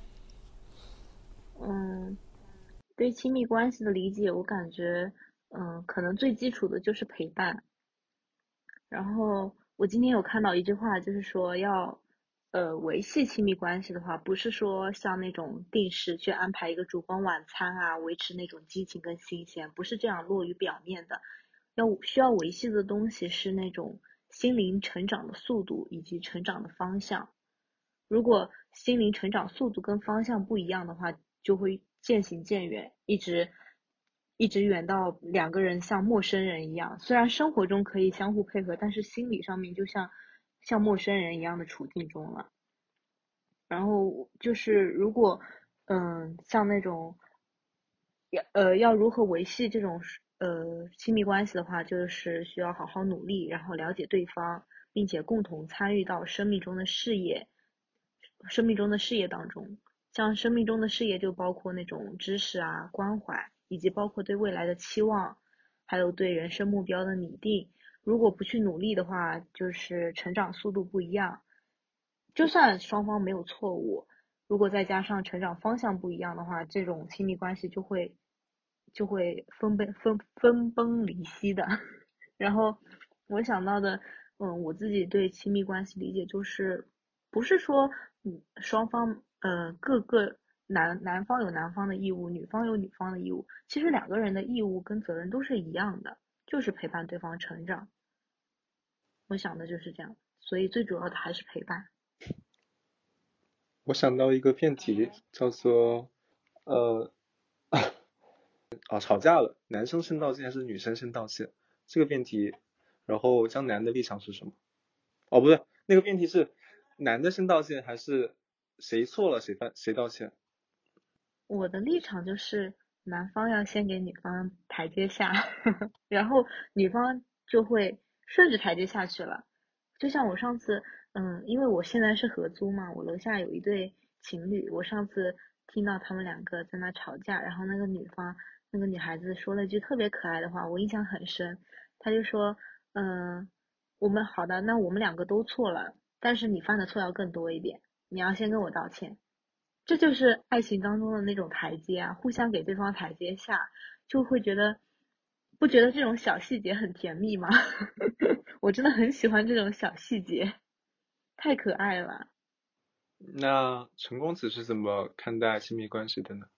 嗯，对亲密关系的理解，我感觉，嗯，可能最基础的就是陪伴。然后我今天有看到一句话，就是说要，呃，维系亲密关系的话，不是说像那种定时去安排一个烛光晚餐啊，维持那种激情跟新鲜，不是这样落于表面的。要需要维系的东西是那种心灵成长的速度以及成长的方向。如果心灵成长速度跟方向不一样的话，就会渐行渐远，一直一直远到两个人像陌生人一样。虽然生活中可以相互配合，但是心理上面就像像陌生人一样的处境中了。然后就是如果嗯像那种要呃要如何维系这种呃亲密关系的话，就是需要好好努力，然后了解对方，并且共同参与到生命中的事业。生命中的事业当中，像生命中的事业就包括那种知识啊、关怀，以及包括对未来的期望，还有对人生目标的拟定。如果不去努力的话，就是成长速度不一样。就算双方没有错误，如果再加上成长方向不一样的话，这种亲密关系就会就会分崩分分崩离析的。然后我想到的，嗯，我自己对亲密关系理解就是，不是说嗯双方呃各个男男方有男方的义务，女方有女方的义务，其实两个人的义务跟责任都是一样的，就是陪伴对方成长。我想的就是这样，所以最主要的还是陪伴。 我想到一个辩题，叫做呃啊吵架了，男生先道歉还是女生先道歉？这个辩题，然后江南的立场是什么？哦，不对，那个辩题是男的先道歉还是谁错了谁犯谁道歉？ 我的立场就是男方要先给女方台阶下，然后女方就会顺着台阶下去了。就像我上次，嗯，因为我现在是合租嘛，我楼下有一对情侣，我上次听到他们两个在那吵架，然后那个女方那个女孩子说了一句特别可爱的话，我印象很深。她就说，嗯，我们好的，那我们两个都错了，但是你犯的错要更多一点，你要先跟我道歉。这就是爱情当中的那种台阶啊，互相给对方台阶下，就会觉得，不觉得这种小细节很甜蜜吗？我真的很喜欢这种小细节，太可爱了。 那陈公子是怎么看待亲密关系的呢？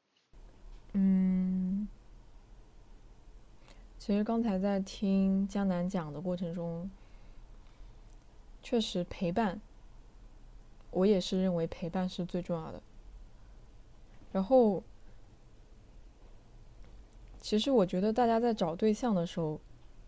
嗯，其实刚才在听江南讲的过程中，确实陪伴，我也是认为陪伴是最重要的。然后，其实我觉得大家在找对象的时候，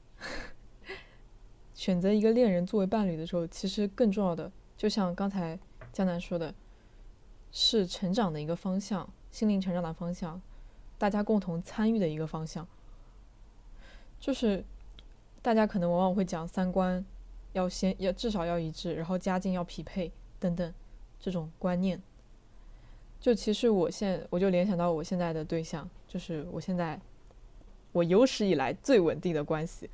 选择一个恋人作为伴侣的时候，其实更重要的，就像刚才江南说的，是成长的一个方向，心灵成长的方向，大家共同参与的一个方向。就是大家可能往往会讲三观要先要至少要一致，然后家境要匹配等等这种观念。就其实我现我就联想到我现在的对象，就是我现在我有史以来最稳定的关系。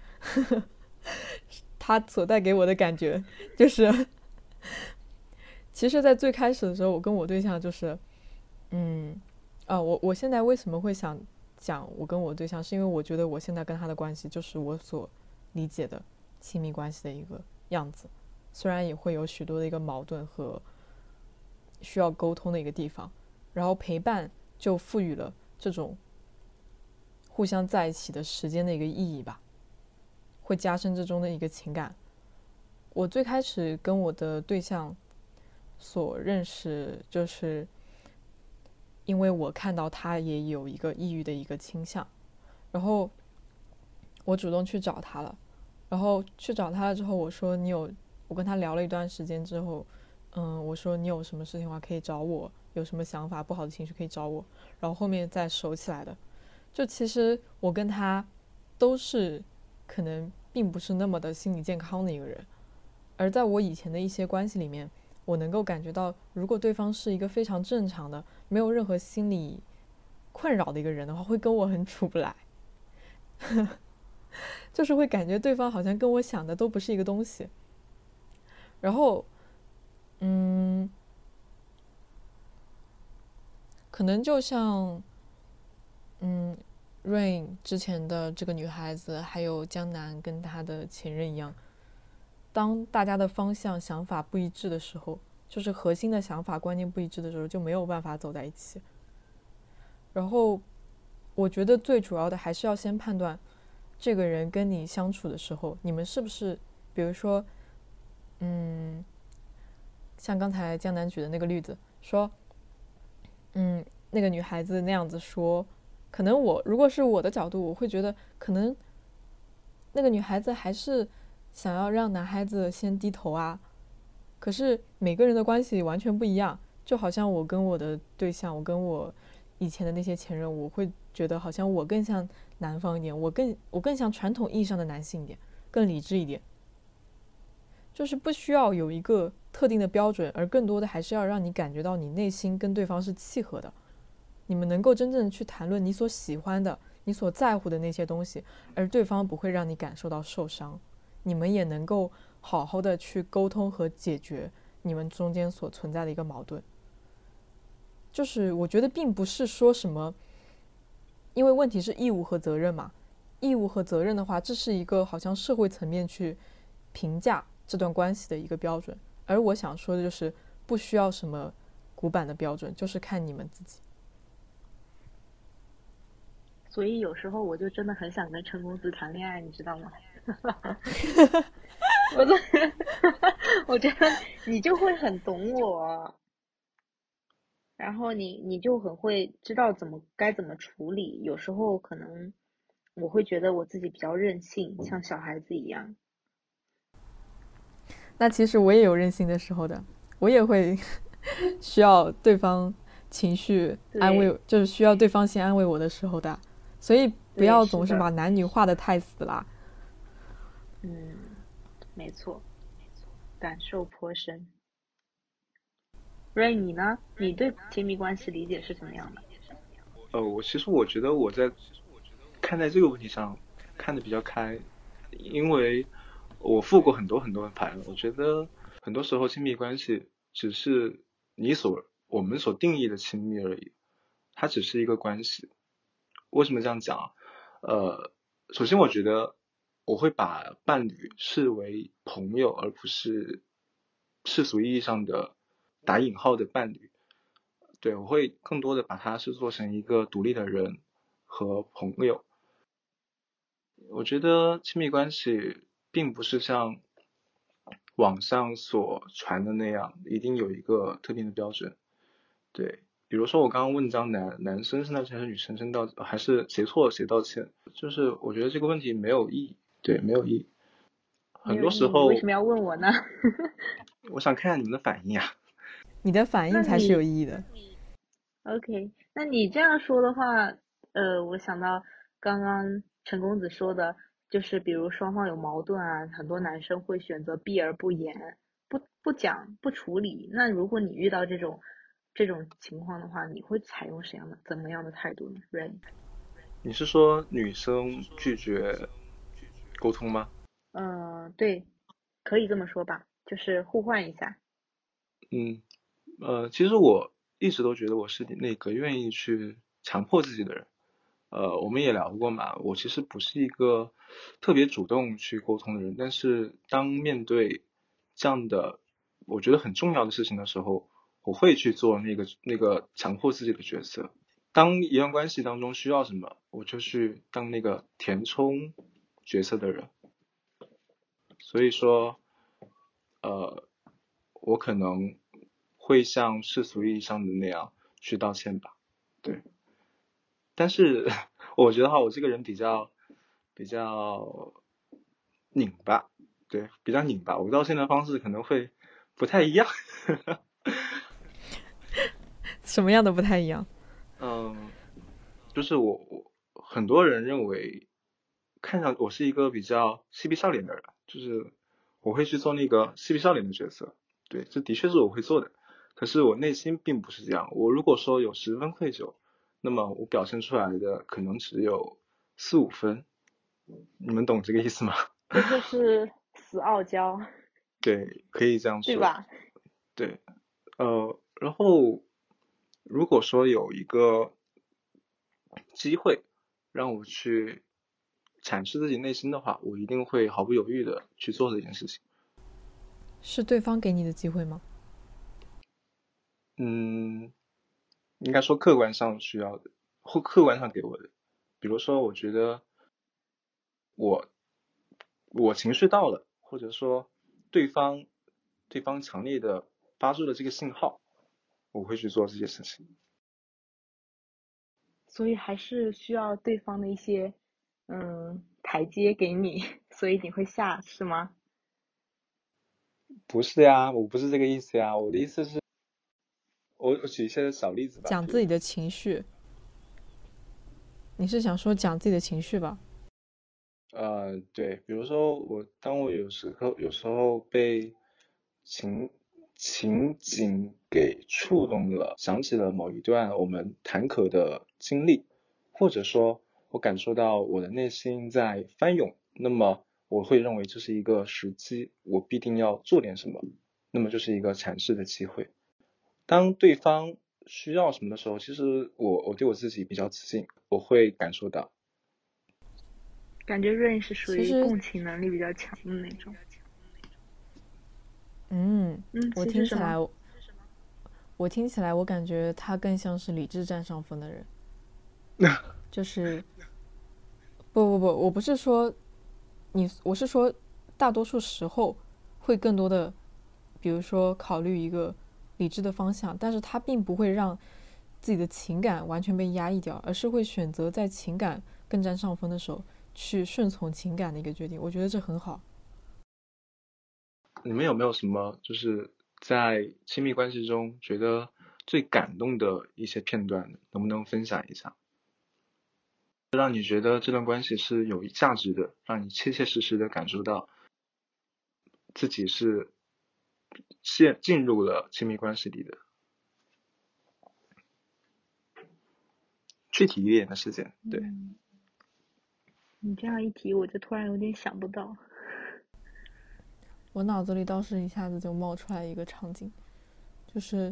他所带给我的感觉就是其实在最开始的时候，我跟我对象就是嗯啊我我现在为什么会想讲我跟我对象，是因为我觉得我现在跟他的关系就是我所理解的亲密关系的一个样子，虽然也会有许多的一个矛盾和需要沟通的一个地方，然后陪伴就赋予了这种互相在一起的时间的一个意义吧，会加深这中的一个情感。我最开始跟我的对象所认识，就是因为我看到他也有一个抑郁的一个倾向，然后我主动去找他了，然后去找他了之后，我说你有，我跟他聊了一段时间之后，嗯，我说你有什么事情的话可以找我，有什么想法不好的情绪可以找我，然后后面再熟起来的。就其实我跟他都是可能并不是那么的心理健康的一个人，而在我以前的一些关系里面，我能够感觉到，如果对方是一个非常正常的，没有任何心理困扰的一个人的话，会跟我很处不来。就是会感觉对方好像跟我想的都不是一个东西。然后嗯，可能就像嗯 Rain 之前的这个女孩子，还有江南跟他的前任一样，当大家的方向想法不一致的时候，就是核心的想法观念不一致的时候，就没有办法走在一起。然后我觉得最主要的还是要先判断这个人跟你相处的时候，你们是不是比如说嗯，像刚才江南举的那个例子，说嗯，那个女孩子那样子说，可能我如果是我的角度，我会觉得可能那个女孩子还是想要让男孩子先低头啊。可是每个人的关系完全不一样，就好像我跟我的对象，我跟我以前的那些前任，我会觉得好像我更像男方一点，我更我更像传统意义上的男性一点，更理智一点。就是不需要有一个特定的标准，而更多的还是要让你感觉到你内心跟对方是契合的，你们能够真正去谈论你所喜欢的，你所在乎的那些东西，而对方不会让你感受到受伤，你们也能够好好的去沟通和解决你们中间所存在的一个矛盾。就是我觉得并不是说什么，因为问题是义务和责任嘛，义务和责任的话，这是一个好像社会层面去评价这段关系的一个标准，而我想说的就是不需要什么古板的标准，就是看你们自己。 所以有时候我就真的很想跟陈公子谈恋爱，你知道吗？我都我觉得你就会很懂我，然后你你就很会知道怎么该怎么处理。有时候可能我会觉得我自己比较任性，像小孩子一样。 那其实我也有任性的时候的，我也会需要对方情绪安慰， 对就是需要对方先安慰我的时候的，所以不要总是把男女画得太死啦。 嗯，没错，感受颇深。瑞，你呢？你对亲密关系理解是怎么样的？ 呃，我其实我觉得我在看待这个问题上看得比较开，因为我复过很多很多的牌了。我觉得很多时候亲密关系只是你所我们所定义的亲密而已，它只是一个关系。为什么这样讲啊？呃，首先我觉得我会把伴侣视为朋友，而不是世俗意义上的打引号的伴侣。对，我会更多的把它视作成一个独立的人和朋友。我觉得亲密关系并不是像网上所传的那样，一定有一个特定的标准。对，比如说我刚刚问张男，男生先道歉还是女生先道，还是谁错了谁道歉？就是我觉得这个问题没有意义，对，没有意义。很多没有意义，你为时候什么要问我呢？ 我想看看你们的反应啊。 你的反应才是有那你意义的。 OK，那你这样说的话，呃，我想到刚刚陈公子说的，就是比如双方有矛盾啊，很多男生会选择避而不言，不不讲不处理。那如果你遇到这种这种情况的话，你会采用什么样的怎么样的态度呢？Rain？ 你是说女生拒绝沟通吗？ 嗯，对，可以这么说吧，就是互换一下。 嗯，呃，其实我一直都觉得我是那个愿意去强迫自己的人。呃，我们也聊过嘛，我其实不是一个特别主动去沟通的人，但是当面对这样的我觉得很重要的事情的时候，我会去做那个那个强迫自己的角色。当一段关系当中需要什么，我就去当那个填充角色的人。所以说，呃，我可能会像世俗意义上的那样去道歉吧。对，但是我觉得哈，我这个人比较比较拧巴，对，比较拧巴，我道歉的方式可能会不太一样。 什么样的不太一样？ 嗯，就是我我很多人认为，看上我是一个比较嬉皮笑脸的人，就是我会去做那个嬉皮笑脸的角色，对，这的确是我会做的。可是我内心并不是这样，我如果说有十分愧疚，那么我表现出来的可能只有四五分，你们懂这个意思吗？ 这就是死傲娇， 对，可以这样说， 对吧？ 对，呃，然后如果说有一个机会让我去阐释自己内心的话，我一定会毫不犹豫的去做这件事情。 是对方给你的机会吗？ 嗯，应该说客观上需要的，或客观上给我的。比如说，我觉得我我情绪到了，或者说对方对方强烈的发出了这个信号，我会去做这件事情。 所以还是需要对方的一些嗯台阶给你，所以你会下是吗？ 不是呀，我不是这个意思呀，我的意思是，我我举一些小例子吧。 讲自己的情绪，你是想说讲自己的情绪吧？ 呃，对，比如说我，当我有时候有时候被情情景给触动了，想起了某一段我们谈渴的经历，或者说我感受到我的内心在翻涌，那么我会认为这是一个时机，我必定要做点什么，那么就是一个阐释的机会。当对方需要什么的时候，其实我我对我自己比较自信，我会感受到。 感觉Rain是属于其实共情能力比较强的那种。 嗯， 嗯， 我其实什听起来么？ 我听起来我感觉他更像是理智占上风的人，就是不不不，我不是说你，我是说大多数时候会更多的，比如说考虑一个理智的方向，但是他并不会让自己的情感完全被压抑掉，而是会选择在情感更占上风的时候去顺从情感的一个决定，我觉得这很好。 你们有没有什么就是在亲密关系中觉得最感动的一些片段，能不能分享一下？让你觉得这段关系是有价值的，让你切切实实的感受到自己是陷进入了亲密关系里的具体一点的事件。对， 嗯，你这样一提，我就突然有点想不到。 我脑子里倒是一下子就冒出来一个场景，就是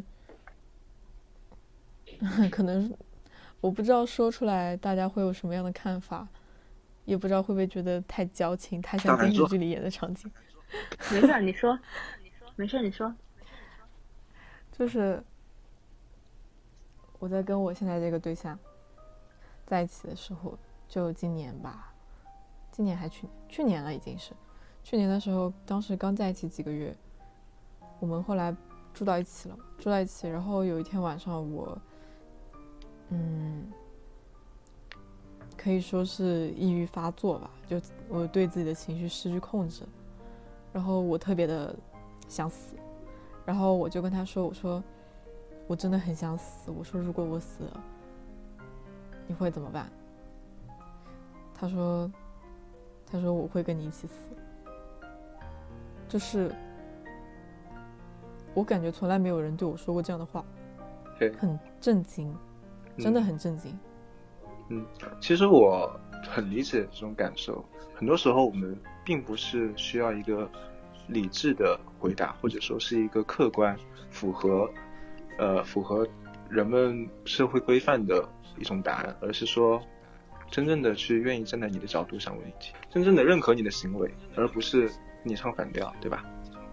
可能我不知道说出来大家会有什么样的看法，也不知道会不会觉得太矫情，太像电视剧里演的场景。 没事，你说，没事，你说。 就是我在跟我现在这个对象在一起的时候，就今年吧，今年还去年，去年了已经是。去年的时候，当时刚在一起几个月，我们后来住到一起了，住在一起。然后有一天晚上我，嗯，可以说是抑郁发作吧，就我对自己的情绪失去控制，然后我特别的想死，然后我就跟他说，我说我真的很想死，我说如果我死了，你会怎么办？他说，他说我会跟你一起死。就是我感觉从来没有人对我说过这样的话， 对， 很震惊，真的很震惊。 嗯，其实我很理解这种感受。很多时候我们并不是需要一个理智的回答，或者说是一个客观、符合呃符合人们社会规范的一种答案，而是说真正的去愿意站在你的角度想问题，真正的认可你的行为，而不是你唱反调，对吧？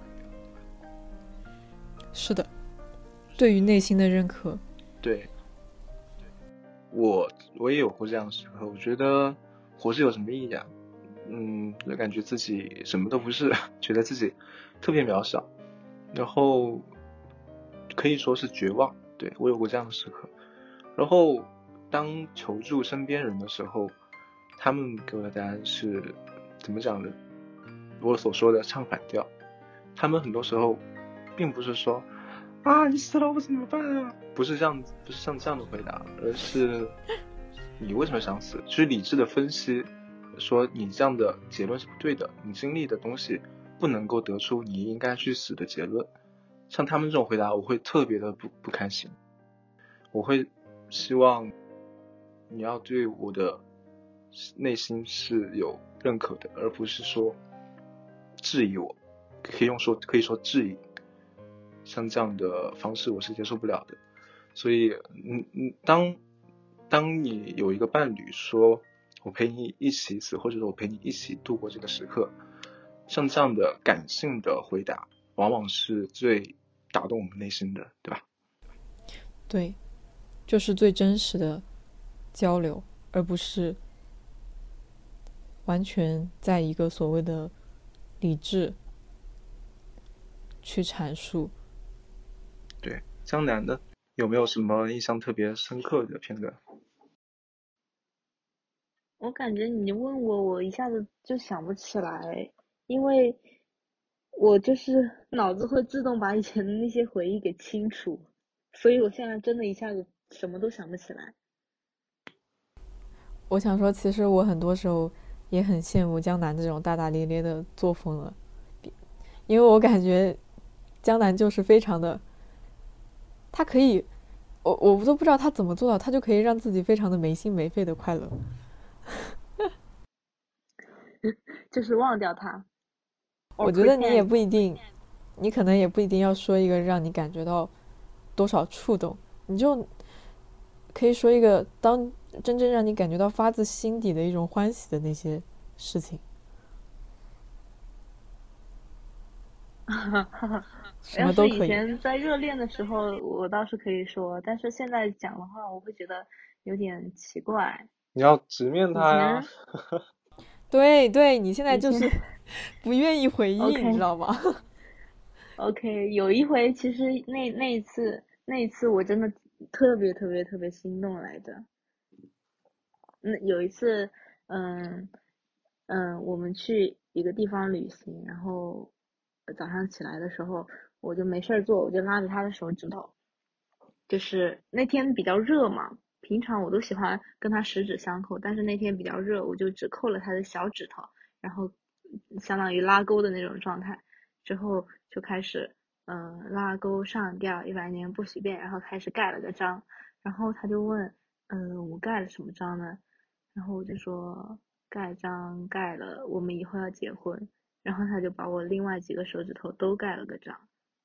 是的，对于内心的认可。 对，我我也有过这样的时候，我觉得活着有什么意义啊？嗯，就感觉自己什么都不是，觉得自己特别渺小，然后可以说是绝望，对，我有过这样的时刻。然后当求助身边人的时候，他们给我的答案是怎么讲的？我所说的唱反调。他们很多时候并不是说啊你死了我怎么办啊，不是这样，不是像这样的回答，而是你为什么想死？去理智的分析，说你这样的结论是不对的，你经历的东西不能够得出你应该去死的结论。像他们这种回答，我会特别的不不开心。我会希望你要对我的内心是有认可的，而不是说质疑我，可以用说可以说质疑。像这样的方式我是接受不了的。所以嗯嗯，当当你有一个伴侣说我陪你一起死，或者说我陪你一起度过这个时刻，像这样的感性的回答往往是最打动我们内心的，对吧？ 对，就是最真实的交流，而不是完全在一个所谓的理智去阐述。 对，江南的有没有什么印象特别深刻的片段？ 我感觉你问我，我一下子就想不起来，因为我就是脑子会自动把以前的那些回忆给清除，所以我现在真的一下子什么都想不起来。 我想说，其实我很多时候也很羡慕江南这种大大咧咧的作风了，因为我感觉江南就是非常的，他可以，我我都不知道他怎么做到，他就可以让自己非常的没心没肺的快乐。 就是忘掉它。 我觉得你也不一定，你可能也不一定要说一个让你感觉到多少触动，你就可以说一个当真正让你感觉到发自心底的一种欢喜的那些事情。什么都可以。 要是以前在热恋的时候，我倒是可以说，但是现在讲的话，我会觉得有点奇怪。 你要直面它呀。 对对，你现在就是不愿意回应， okay, 你知道吗 ？OK， 有一回，其实那那一次，那一次我真的特别特别特别心动来着。那有一次，嗯嗯，我们去一个地方旅行，然后早上起来的时候，我就没事做，我就拉着他的手指头，就是那天比较热嘛，平常我都喜欢跟他十指相扣，但是那天比较热，我就只扣了他的小指头，然后相当于拉钩的那种状态，之后就开始嗯、呃、拉钩上吊一百年不许变，然后开始盖了个章，然后他就问嗯、呃、我盖了什么章呢？然后我就说盖章盖了，我们以后要结婚，然后他就把我另外几个手指头都盖了个章。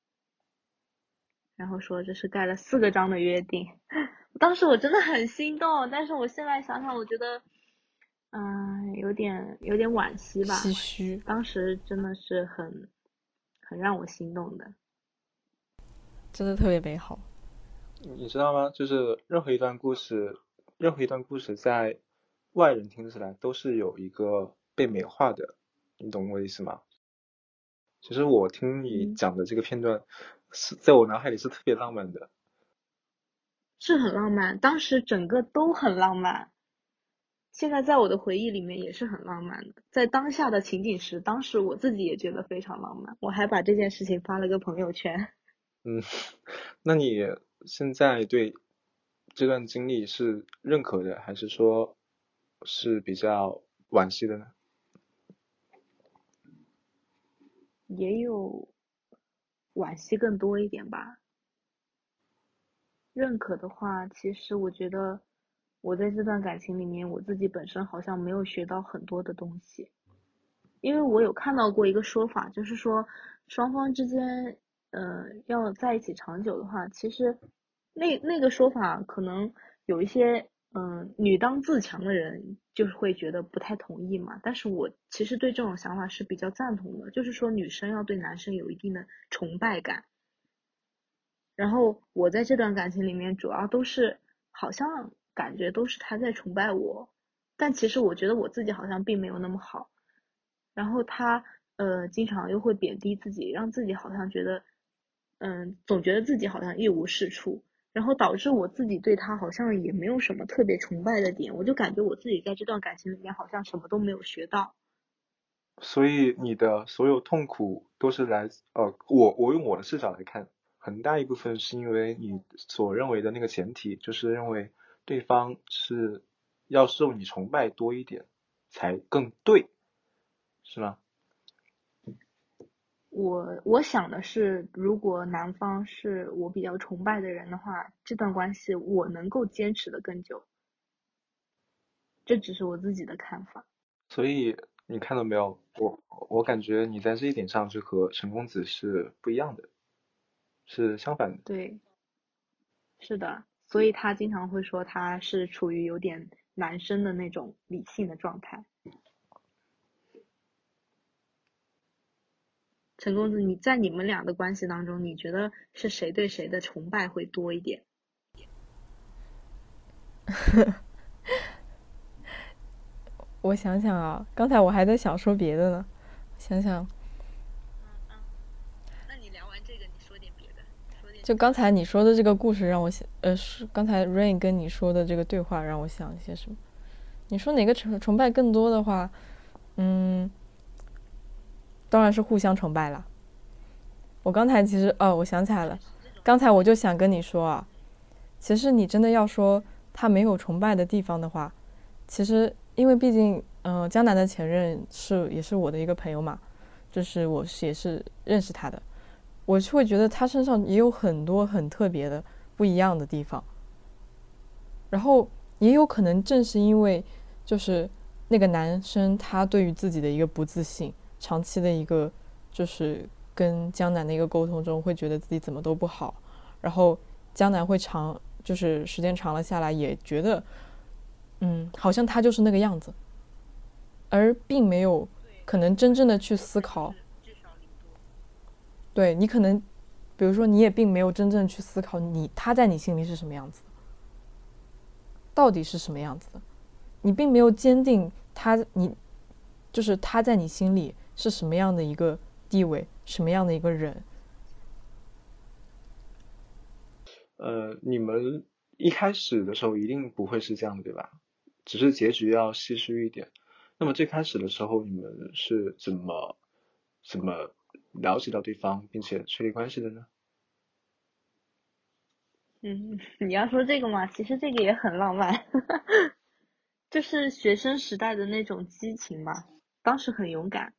然后说这是盖了四个章的约定，当时我真的很心动，但是我现在想想，我觉得，嗯、呃，有点有点惋惜吧。 唏嘘。 当时真的是很很让我心动的， 真的特别美好。 你知道吗？就是任何一段故事，任何一段故事在外人听起来都是有一个被美化的，你懂我的意思吗？其实我听你讲的这个片段，是在我脑海里是特别浪漫的， 是很浪漫，当时整个都很浪漫。现在在我的回忆里面也是很浪漫的，在当下的情景时，当时我自己也觉得非常浪漫，我还把这件事情发了个朋友圈。 嗯，那你现在对这段经历是认可的，还是说是比较惋惜的呢？ 也有惋惜更多一点吧。认可的话，其实我觉得我在这段感情里面，我自己本身好像没有学到很多的东西，因为我有看到过一个说法，就是说双方之间，呃，要在一起长久的话，其实那那个说法可能有一些，嗯、呃，女当自强的人就是会觉得不太同意嘛，但是我其实对这种想法是比较赞同的，就是说女生要对男生有一定的崇拜感。然后我在这段感情里面主要都是好像感觉都是他在崇拜我，但其实我觉得我自己好像并没有那么好，然后他呃经常又会贬低自己，让自己好像觉得嗯，总觉得自己好像一无是处，然后导致我自己对他好像也没有什么特别崇拜的点，我就感觉我自己在这段感情里面好像什么都没有学到。 所以你的所有痛苦都是来自呃，我我用我的视角来看，很大一部分是因为你所认为的那个前提，就是认为对方是要受你崇拜多一点才更对，是吗？ 我我想的是，如果男方是我比较崇拜的人的话，这段关系我能够坚持的更久，这只是我自己的看法。 所以你看到没有，我我感觉你在这一点上是和陈公子是不一样的，是相反的。 对，是的，所以他经常会说他是处于有点男生的那种理性的状态。陈公子，你在你们俩的关系当中，你觉得是谁对谁的崇拜会多一点？ 我想想啊，刚才我还在想说别的呢，想想， 那你聊完这个，你说点别的，说点就刚才你说的这个故事让我想，呃，是刚才 Rain 跟你说的这个对话让我想一些什么？你说哪个崇崇拜更多的话，嗯，当然是互相崇拜了。我刚才其实，哦，我想起来了，刚才我就想跟你说啊，其实你真的要说他没有崇拜的地方的话，其实因为毕竟，嗯、呃，江南的前任是也是我的一个朋友嘛，就是我是也是认识他的，我就会觉得他身上也有很多很特别的不一样的地方，然后也有可能正是因为就是那个男生他对于自己的一个不自信，长期的一个就是跟江南的一个沟通中会觉得自己怎么都不好，然后江南会长就是时间长了下来也觉得嗯好像他就是那个样子，而并没有可能真正的去思考，对你可能比如说你也并没有真正去思考你他在你心里是什么样子，到底是什么样子的，你并没有坚定他你就是他在你心里是什么样的一个地位，什么样的一个人。 呃，你们一开始的时候一定不会是这样的，对吧？只是结局要唏嘘一点。那么最开始的时候，你们是怎么怎么了解到对方，并且确立关系的呢？ 嗯，你要说这个嘛，其实这个也很浪漫，就是学生时代的那种激情嘛，当时很勇敢。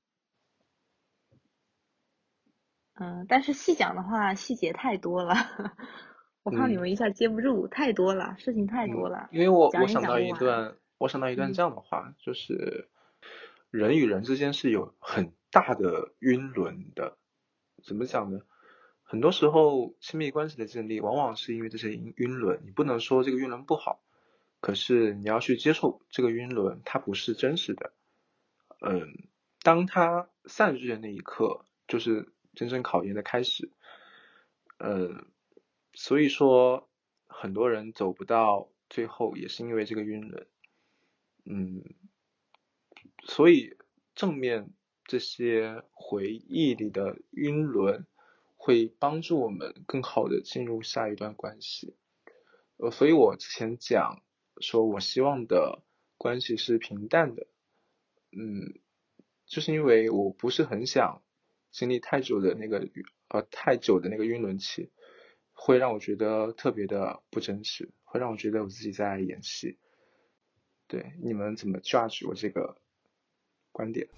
嗯，但是细讲的话，细节太多了，我怕你嗯们一下接不住，太多了，事情太多嗯， 了， 因为我我讲也想到讲不完。 一段，我想到一段嗯这样的话，就是人与人之间是有很大的晕轮的。怎么讲呢？很多时候亲密关系的建立，往往是因为这些晕晕轮。你不能说这个晕轮不好，可是你要去接受这个晕轮，它不是真实的。嗯，当它散去的那一刻，就是真正考验的开始。嗯，所以说很多人走不到最后，也是因为这个晕轮。嗯，所以正面这些回忆里的晕轮，会帮助我们更好的进入下一段关系。呃，所以我之前讲说我希望的关系是平淡的，嗯，就是因为我不是很想经历太久的那个呃太久的那个晕轮期，会让我觉得特别的不真实，会让我觉得我自己在演戏。对，你们怎么 judge 我这个观点？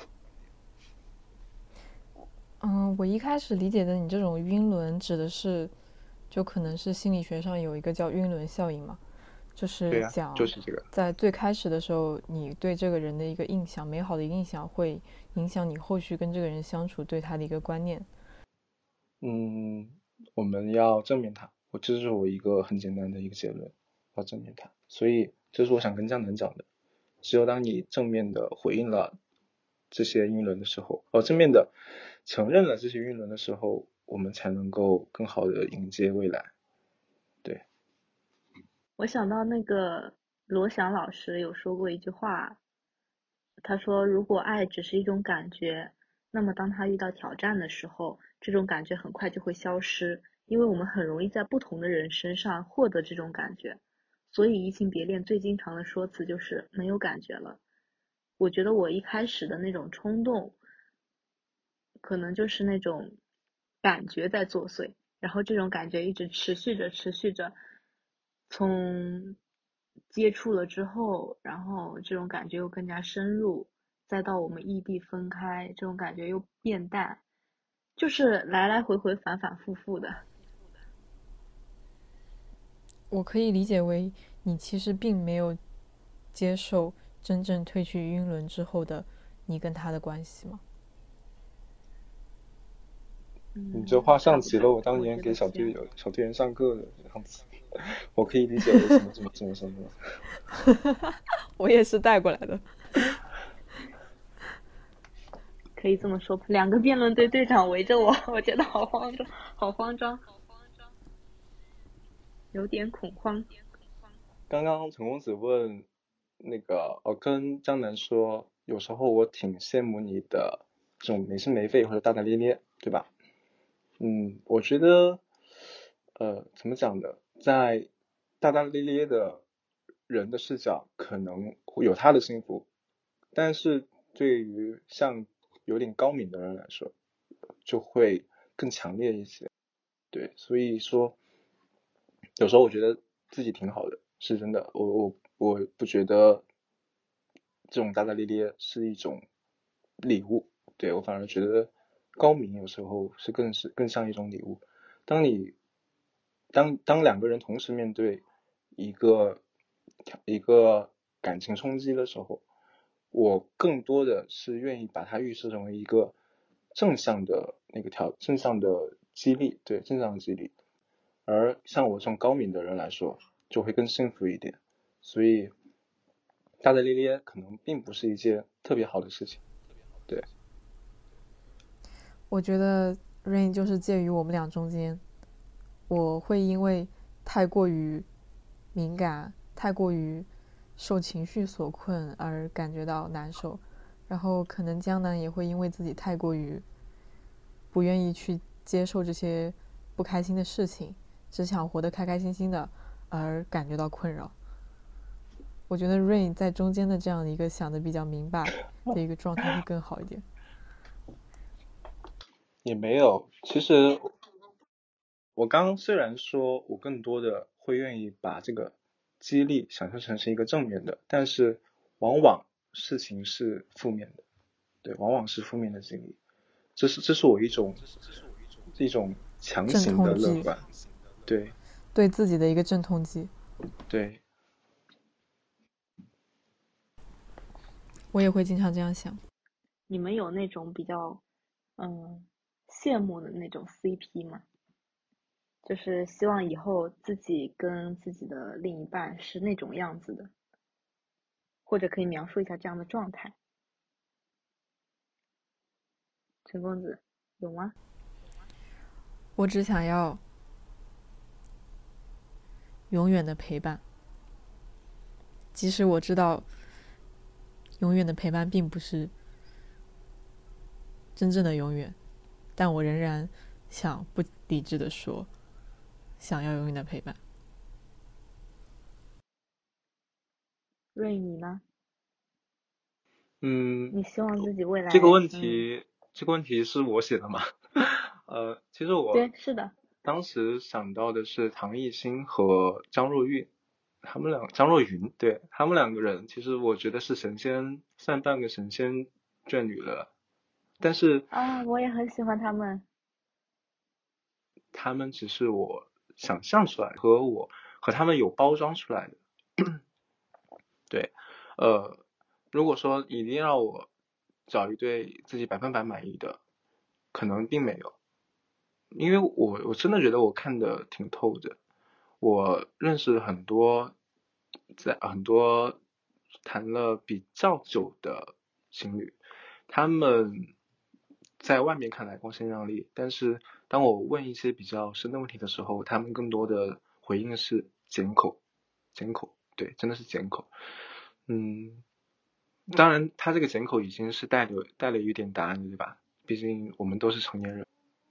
嗯，我一开始理解的你这种晕轮指的是，就可能是心理学上有一个叫晕轮效应嘛，就是对呀，就讲是这个。 在最开始的时候，你对这个人的一个印象，美好的印象会影响你后续跟这个人相处对他的一个观念。 嗯，我们要正面它，我这是我一个很简单的一个结论，要正面它。所以这是我想跟江南讲的，只有当你正面的回应了这些晕轮的时候，哦，正面的承认了这些晕轮的时候，我们才能够更好的迎接未来。对， 我想到那个罗翔老师有说过一句话，他说如果爱只是一种感觉，那么当他遇到挑战的时候， 这种感觉很快就会消失，因为我们很容易在不同的人身上获得这种感觉。所以移情别恋最经常的说辞就是没有感觉了。我觉得我一开始的那种冲动，可能就是那种感觉在作祟，然后这种感觉一直持续着持续着，从接触了之后，然后这种感觉又更加深入，再到我们异地分开，这种感觉又变淡，就是来来回回反反复复的。 我可以理解为你其实并没有接受真正褪去晕轮之后的你跟他的关系吗？ 你这话像极了我我当年给小队友友、小队员上课的样子，我可以理解为什么这么这么说的。 我也是带过来的。 可以这么说，两个辩论队队长围着我，我觉得好慌张，好慌张，有点恐慌。 刚刚陈公子问那个，我跟江南说，有时候我挺羡慕你的这种没心没肺或者大大咧咧，对吧？嗯，我觉得，呃，怎么讲呢？在大大咧咧的人的视角，可能会有他的幸福，但是对于像有点高敏的人来说，就会更强烈一些。对，所以说，有时候我觉得自己挺好的，是真的。我我我不觉得这种大大咧咧是一种礼物，对，我反而觉得高明有时候是更是更像一种礼物。当你当当两个人同时面对一个一个感情冲击的时候，我更多的是愿意把它预设成为一个正向的那个条正向的激励，对，正向的激励。而像我这种高敏的人来说，就会更幸福一点。所以大大咧咧可能并不是一件特别好的事情。对， 我觉得 Rain 就是介于我们俩中间，我会因为太过于敏感，太过于受情绪所困而感觉到难受，然后可能江南也会因为自己太过于不愿意去接受这些不开心的事情，只想活得开开心心的而感觉到困扰。我觉得 Rain 在中间的这样一个想的比较明白的一个状态会更好一点。 也没有，其实我刚刚虽然说我更多的会愿意把这个激励想象成是一个正面的，但是往往事情是负面的，对，往往是负面的经历。这是这是我一种一种强阵行的痛剂， 乐观，对对自己的一个阵痛剂。 对。 我也会经常这样想。 你们有那种比较嗯羡慕的那种 C P 吗？就是希望以后自己跟自己的另一半是那种样子的，或者可以描述一下这样的状态。陈公子有吗？ 我只想要永远的陪伴，即使我知道永远的陪伴并不是真正的永远，但我仍然想不理智的说，想要永远的陪伴。 瑞，你呢？ 嗯， 你希望自己未来这个问嗯题，这个问题是我写的吗？呃，其实我对，是的。 当时想到的是唐艺昕和张若昀，他们两张若昀，对，他们两个人，其实我觉得是神仙，算半个神仙眷侣了。但是啊，我也很喜欢他们。 他们只是我想象出来和我和他们有包装出来的。对，呃，如果说一定要我找一对自己百分百满意的，可能并没有，因为我我真的觉得我看得挺透的，我认识很多在很多谈了比较久的情侣，他们在外面看来光鲜亮丽，但是当我问一些比较深的问题的时候，他们更多的回应是缄口，缄口，对，真的是缄口。嗯，当然，他这个缄口已经是带了带了一点答案的，对吧？毕竟我们都是成年人。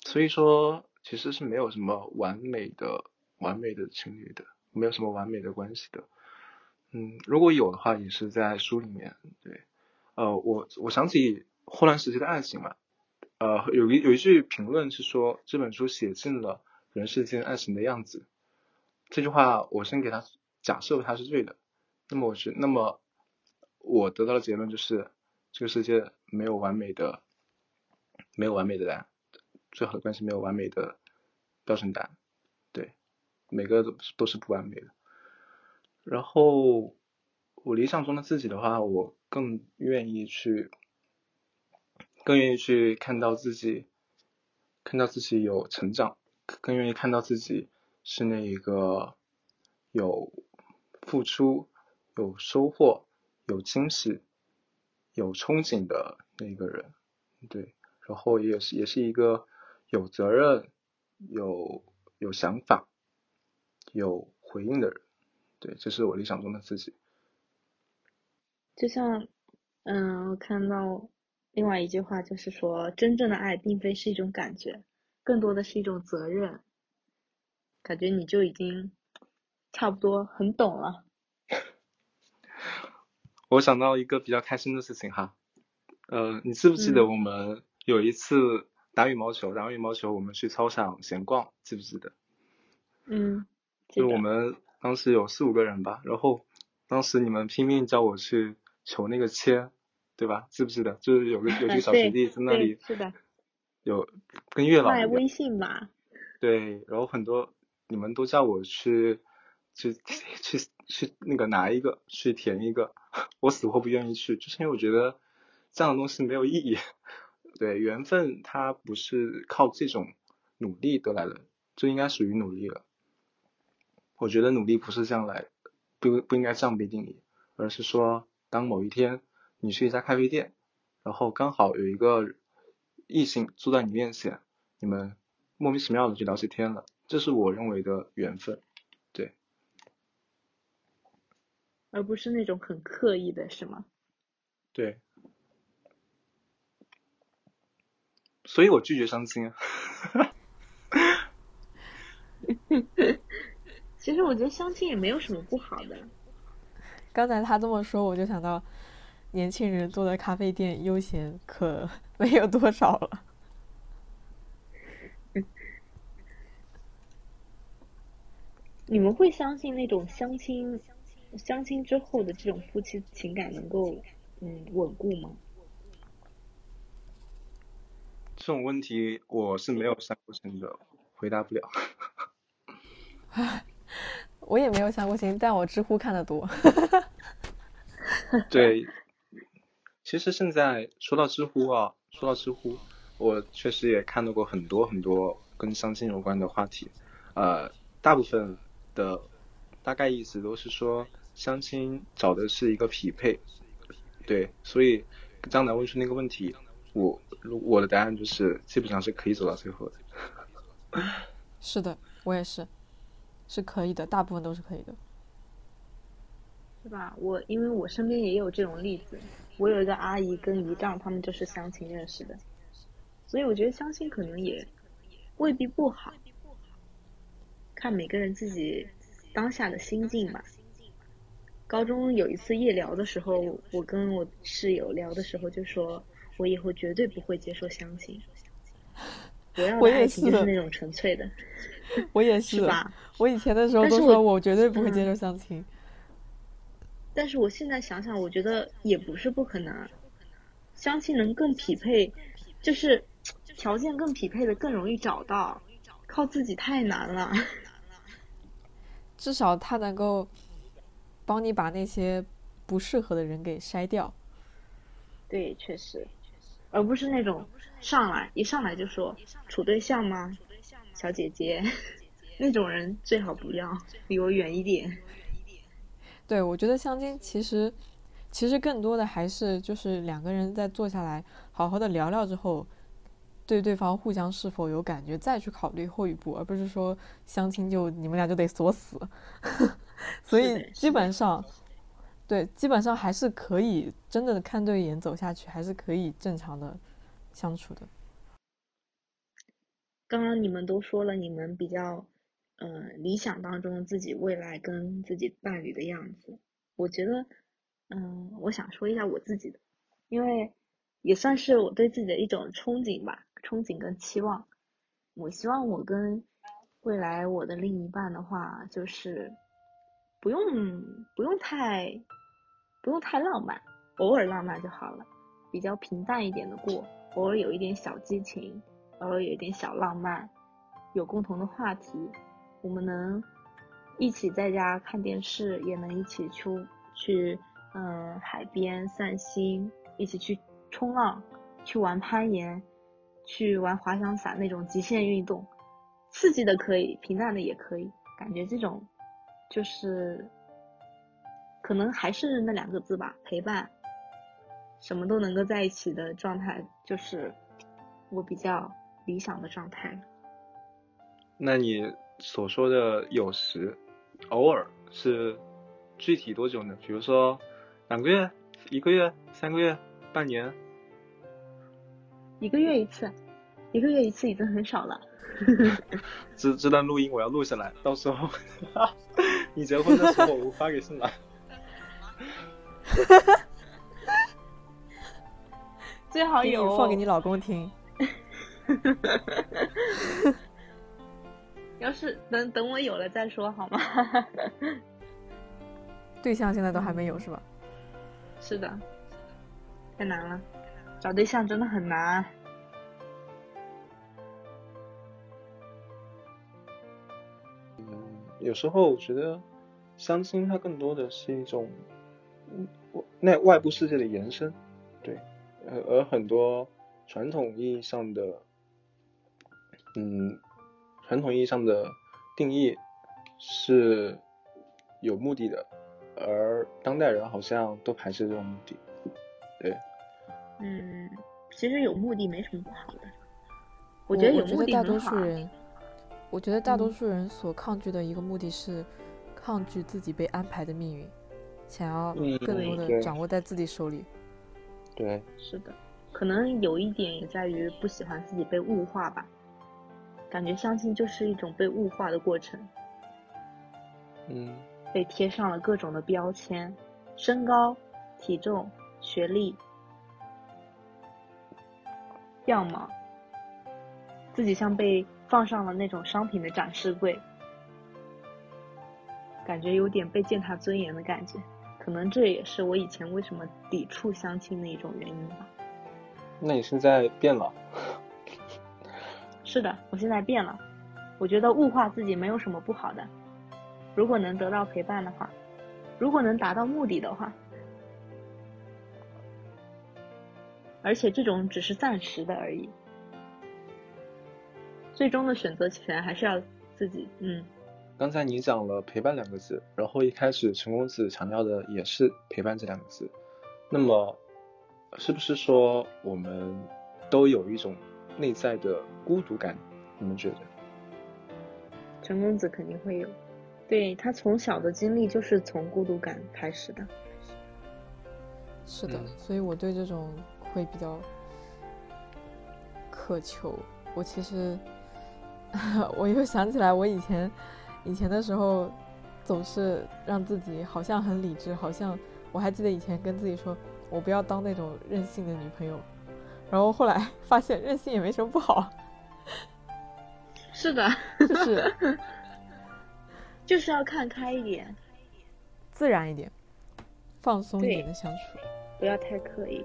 所以说其实是没有什么完美的完美的情侣的，没有什么完美的关系的。嗯，如果有的话，也是在书里面。对，呃，我我想起霍乱时期的爱情嘛，呃，有一有一句评论是说这本书写尽了人世间爱情的样子。这句话我先给他假设它是对的，那么我是那么我得到的结论就是这个世界没有完美的没有完美的答案，最好的关系没有完美的标准答案，对，每个都都是不完美的。然后我理想中的自己的话，我更愿意去更愿意去看到自己看到自己有成长，更愿意看到自己是那一个有付出有收获有惊喜有憧憬的那个人，对，然后也是也是一个有责任有有想法有回应的人，对，这是我理想中的自己。 就像，嗯，我看到另外一句话，就是说，真正的爱并非是一种感觉，更多的是一种责任。感觉你就已经差不多很懂了。 我想到一个比较开心的事情哈，呃，你记不记得我们有一次打羽毛球，打完羽毛球我们去操场闲逛，记不记得？ 嗯， 就我们当时有四五个人吧，然后当时你们拼命叫我去求那个签，对吧？记不记得？就是有个有几个小学弟在那里， 是的， 有跟月老一样卖微信吧。 对，然后很多你们都叫我去去去去那个拿一个去填一个，我死活不愿意去，就是因为我觉得这样的东西没有意义。对，缘分它不是靠这种努力得来的，这应该属于努力了。我觉得努力不是这样来，不不应该这样被定义，而是说当某一天你去一家咖啡店，然后刚好有一个异性坐在你面前，你们莫名其妙的就聊起天了，这是我认为的缘分，对。 而不是那种很刻意的，是吗？ 对。所以我拒绝相亲啊。 其实我觉得相亲也没有什么不好的。 刚才他这么说，我就想到年轻人坐在咖啡店悠闲可没有多少了。 你们会相信那种相亲相亲之后的这种夫妻情感能够嗯稳固吗？ 这种问题我是没有相过亲的，回答不了。 我也没有相过亲，但我知乎看得多。 对，其实现在说到知乎啊，说到知乎，我确实也看到过很多很多跟相亲有关的话题，呃，大部分的大概意思都是说相亲找的是一个匹配，对，所以张楠问出那个问题，我我的答案就是基本上是可以走到最后的。 是的，我也是，是可以的，大部分都是可以的。 是吧？我因为我身边也有这种例子，我有一个阿姨跟姨丈，他们就是相亲认识的，所以我觉得相亲可能也未必不好，看每个人自己当下的心境吧。高中有一次夜聊的时候，我跟我室友聊的时候就说，我以后绝对不会接受相亲，我要的爱情就是那种纯粹的。 我也是， 是吧？ 我以前的时候都说我绝对不会接受相亲。 但是我现在想想，我觉得也不是不可能，相亲能更匹配，就是条件更匹配的更容易找到，靠自己太难了。 至少他能够帮你把那些不适合的人给筛掉。 对，确实，而不是那种上来一上来就说处对象吗，小姐姐，那种人最好不要，离我远一点。 对，我觉得相亲其实其实更多的还是就是两个人在坐下来好好的聊聊之后，对对方互相是否有感觉再去考虑后一步，而不是说相亲就你们俩就得锁死。所以基本上对基本上还是可以真的看对眼走下去，还是可以正常的相处的。 刚刚你们都说了你们比较呃理想当中自己未来跟自己伴侣的样子，我觉得嗯、呃我想说一下我自己的，因为也算是我对自己的一种憧憬吧，憧憬跟期望。我希望我跟未来我的另一半的话，就是不用不用太不用太浪漫，偶尔浪漫就好了，比较平淡一点的过，偶尔有一点小激情，偶尔有一点小浪漫，有共同的话题，我们能一起在家看电视，也能一起出去嗯海边散心，一起去冲浪，去玩攀岩，去玩滑翔伞那种极限运动，刺激的可以，平淡的也可以，感觉这种就是可能还是那两个字吧，陪伴，什么都能够在一起的状态，就是我比较理想的状态。 那你所说的有时、偶尔是具体多久呢？比如说两个月、一个月、三个月、半年？ 一个月一次，一个月一次已经很少了。 这这段录音我要录下来，到时候你结婚的时候我发给新郎。 最好给你有放给你老公听。 要是等等我有了再说好吗？ 对象现在都还没有是吧？ 是的，太难了，找对象真的很难。 有时候我觉得相亲它更多的是一种嗯内外部世界的延伸，对，而而很多传统意义上的嗯传统意义上的定义是有目的的，而当代人好像都排斥这种目的。对， 嗯，其实有目的没什么不好的， 我觉得有目我觉得大的很好啊。 多数人，我觉得大多嗯数人所抗拒的一个目的是抗拒自己被安排的命运，想要嗯更多对的掌握在自己手里。 对， 是的，可能有一点也在于不喜欢自己被物化吧，感觉相亲就是一种被物化的过程， 嗯被贴上了各种的标签，身高、体重、学历、样貌，自己像被放上了那种商品的展示柜，感觉有点被践踏尊严的感觉。可能这也是我以前为什么抵触相亲的一种原因吧。 那你现在变了。 是的，我现在变了，我觉得物化自己没有什么不好的，如果能得到陪伴的话，如果能达到目的的话，而且这种只是暂时的而已，最终的选择权还是要自己。嗯， 刚才你讲了陪伴两个字，然后一开始陈公子强调的也是陪伴这两个字，那么是不是说我们都有一种内在的孤独感？你们觉得？ 陈公子肯定会有，对，他从小的经历就是从孤独感开始的。 是的， 嗯所以我对这种会比较渴求。我其实我又想起来，我以前以前的时候总是让自己好像很理智，好像我还记得以前跟自己说我不要当那种任性的女朋友，然后后来发现任性也没什么不好。 是的， 就是就是要看开一点， 自然一点，放松一点的相处。 不要太刻意。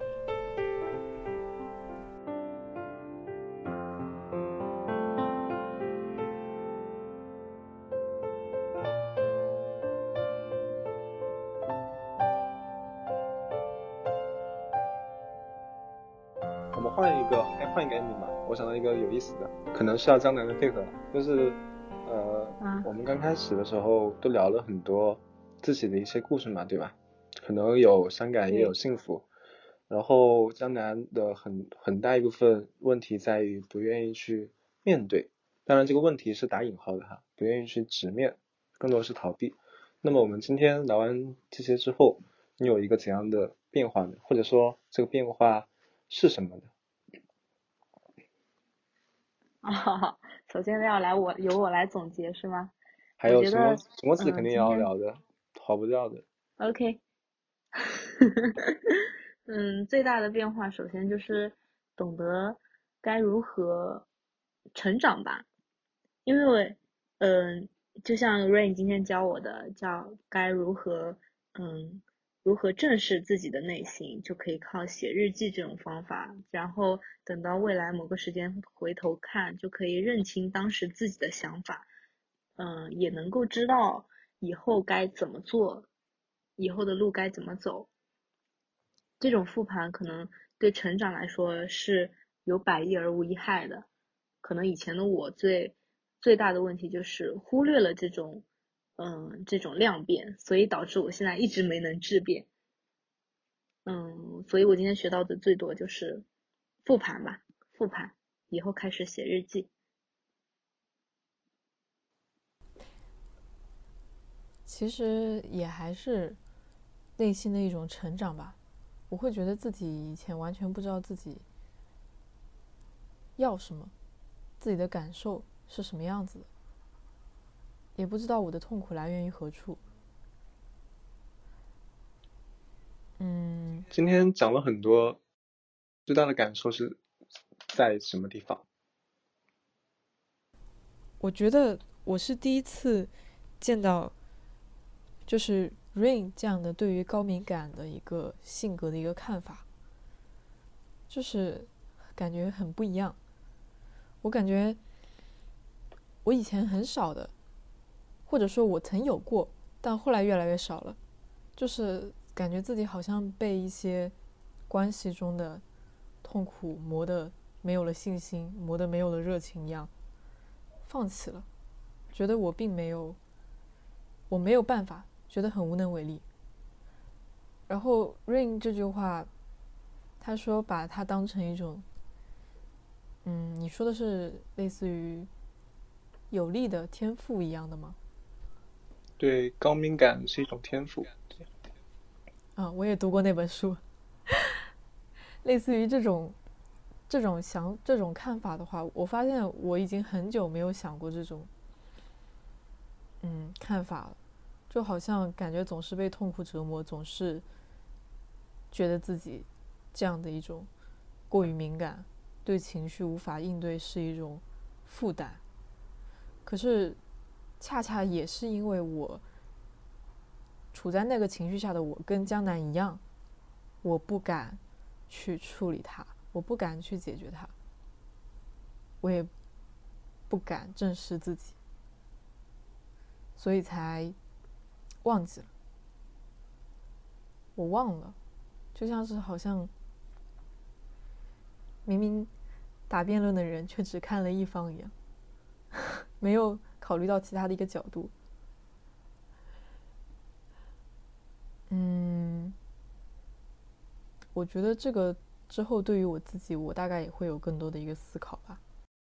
我们换一个，哎，换一个 ending 吧。我想到一个有意思的，可能是要江南的配合，就是呃、 啊我们刚开始的时候都聊了很多自己的一些故事嘛，对吧？可能有伤感，也有幸福。然后江南的很很大一部分问题在于不愿意去面对，当然这个问题是打引号的哈，不愿意去直面，更多是逃避。那么我们今天聊完这些之后，你有一个怎样的变化呢？或者说这个变化是什么呢？ 啊，首先要来我由我来总结是吗？ 还有什么我觉得， 什么词肯嗯， 定也今天要聊的，逃不掉的。 OK，嗯，最大的变化首先就是懂得该如何成长吧，因为，嗯，就像 Rain 今天教我的，叫该如何，嗯，如何正视自己的内心，就可以靠写日记这种方法，然后等到未来某个时间回头看，就可以认清当时自己的想法，嗯，也能够知道以后该怎么做，以后的路该怎么走。这种复盘可能对成长来说是有百益而无一害的。可能以前的我最最大的问题就是忽略了这种，嗯，这种量变，所以导致我现在一直没能质变。嗯，所以我今天学到的最多就是复盘吧，复盘，以后开始写日记。 其实也还是内心的一种成长吧。我会觉得自己以前完全不知道自己要什么，自己的感受是什么样子的，也不知道我的痛苦来源于何处。嗯， 今天讲了很多，最大的感受是在什么地方？ 我觉得我是第一次见到，就是 Rain 这样的对于高敏感的一个性格的一个看法，就是感觉很不一样。我感觉我以前很少的，或者说我曾有过，但后来越来越少了。就是感觉自己好像被一些关系中的痛苦磨得没有了信心，磨得没有了热情一样，放弃了。觉得我并没有，我没有办法，觉得很无能为力。然后 Rain 这句话，他说把它当成一种，嗯，你说的是类似于有利的天赋一样的吗？ 对，高敏感是一种天赋。 啊，我也读过那本书，类似于这种这种想这种看法的话，我发现我已经很久没有想过这种嗯看法了，就好像感觉总是被痛苦折磨，总是觉得自己这样的一种过于敏感，对情绪无法应对是一种负担。可是恰恰也是因为我处在那个情绪下的我跟江南一样，我不敢去处理它，我不敢去解决它，我也不敢正视自己，所以才忘记了。我忘了，就像是好像明明打辩论的人却只看了一方一样，没有考虑到其他的一个角度。嗯，我觉得这个之后对于我自己，我大概也会有更多的一个思考吧。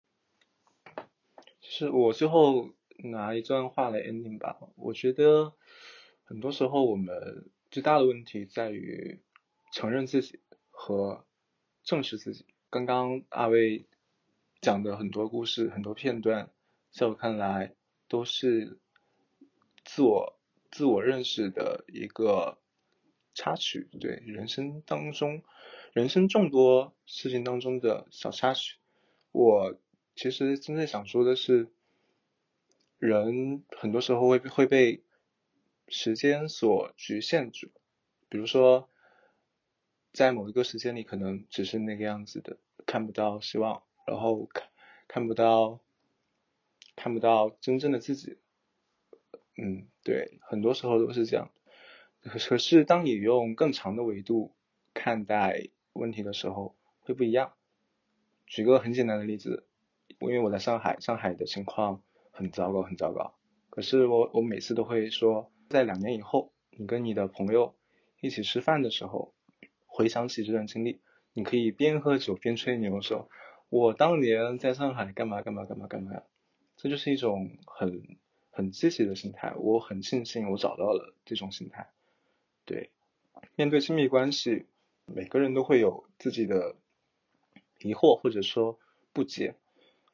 就是我最后拿一段话来 ending 吧。我觉得很多时候我们最大的问题在于承认自己和正视自己。刚刚阿威讲的很多故事、很多片段，在我看来都是自我自我认识的一个插曲，对人生当中，人生众多事情当中的小插曲。我其实真正想说的是，人很多时候会会被时间所局限住，比如说，在某一个时间里，可能只是那个样子的，看不到希望，然后看看不到看不到真正的自己。嗯，对，很多时候都是这样。可是当你用更长的维度看待问题的时候，会不一样。举个很简单的例子，因为我在上海，上海的情况很糟糕，很糟糕。可是我我每次都会说，在两年以后，你跟你的朋友一起吃饭的时候，回想起这段经历，你可以边喝酒边吹牛说，我当年在上海干嘛干嘛干嘛干嘛。这就是一种很很积极的心态，我很庆幸我找到了这种心态。对，面对亲密关系，每个人都会有自己的疑惑或者说不解，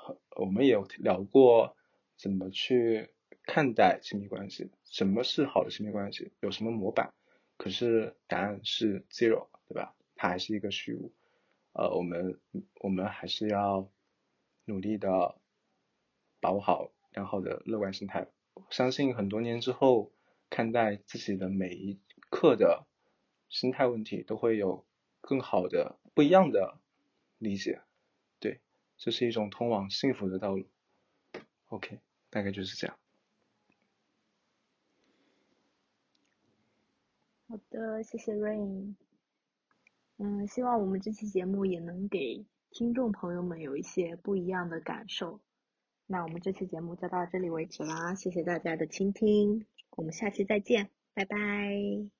我们也有聊过怎么去看待亲密关系，什么是好的亲密关系，有什么模板，可是答案是 zero， 对吧？它还是一个虚无。呃，我们我们还是要努力的把握好良好的乐观心态。相信很多年之后，看待自己的每一刻的心态问题，都会有更好的、不一样的理解。对，这是一种通往幸福的道路。OK， 大概就是这样。 好的，谢谢 Rain。嗯，希望我们这期节目也能给听众朋友们有一些不一样的感受。那我们这期节目就到这里为止啦，谢谢大家的倾听，我们下期再见，拜拜。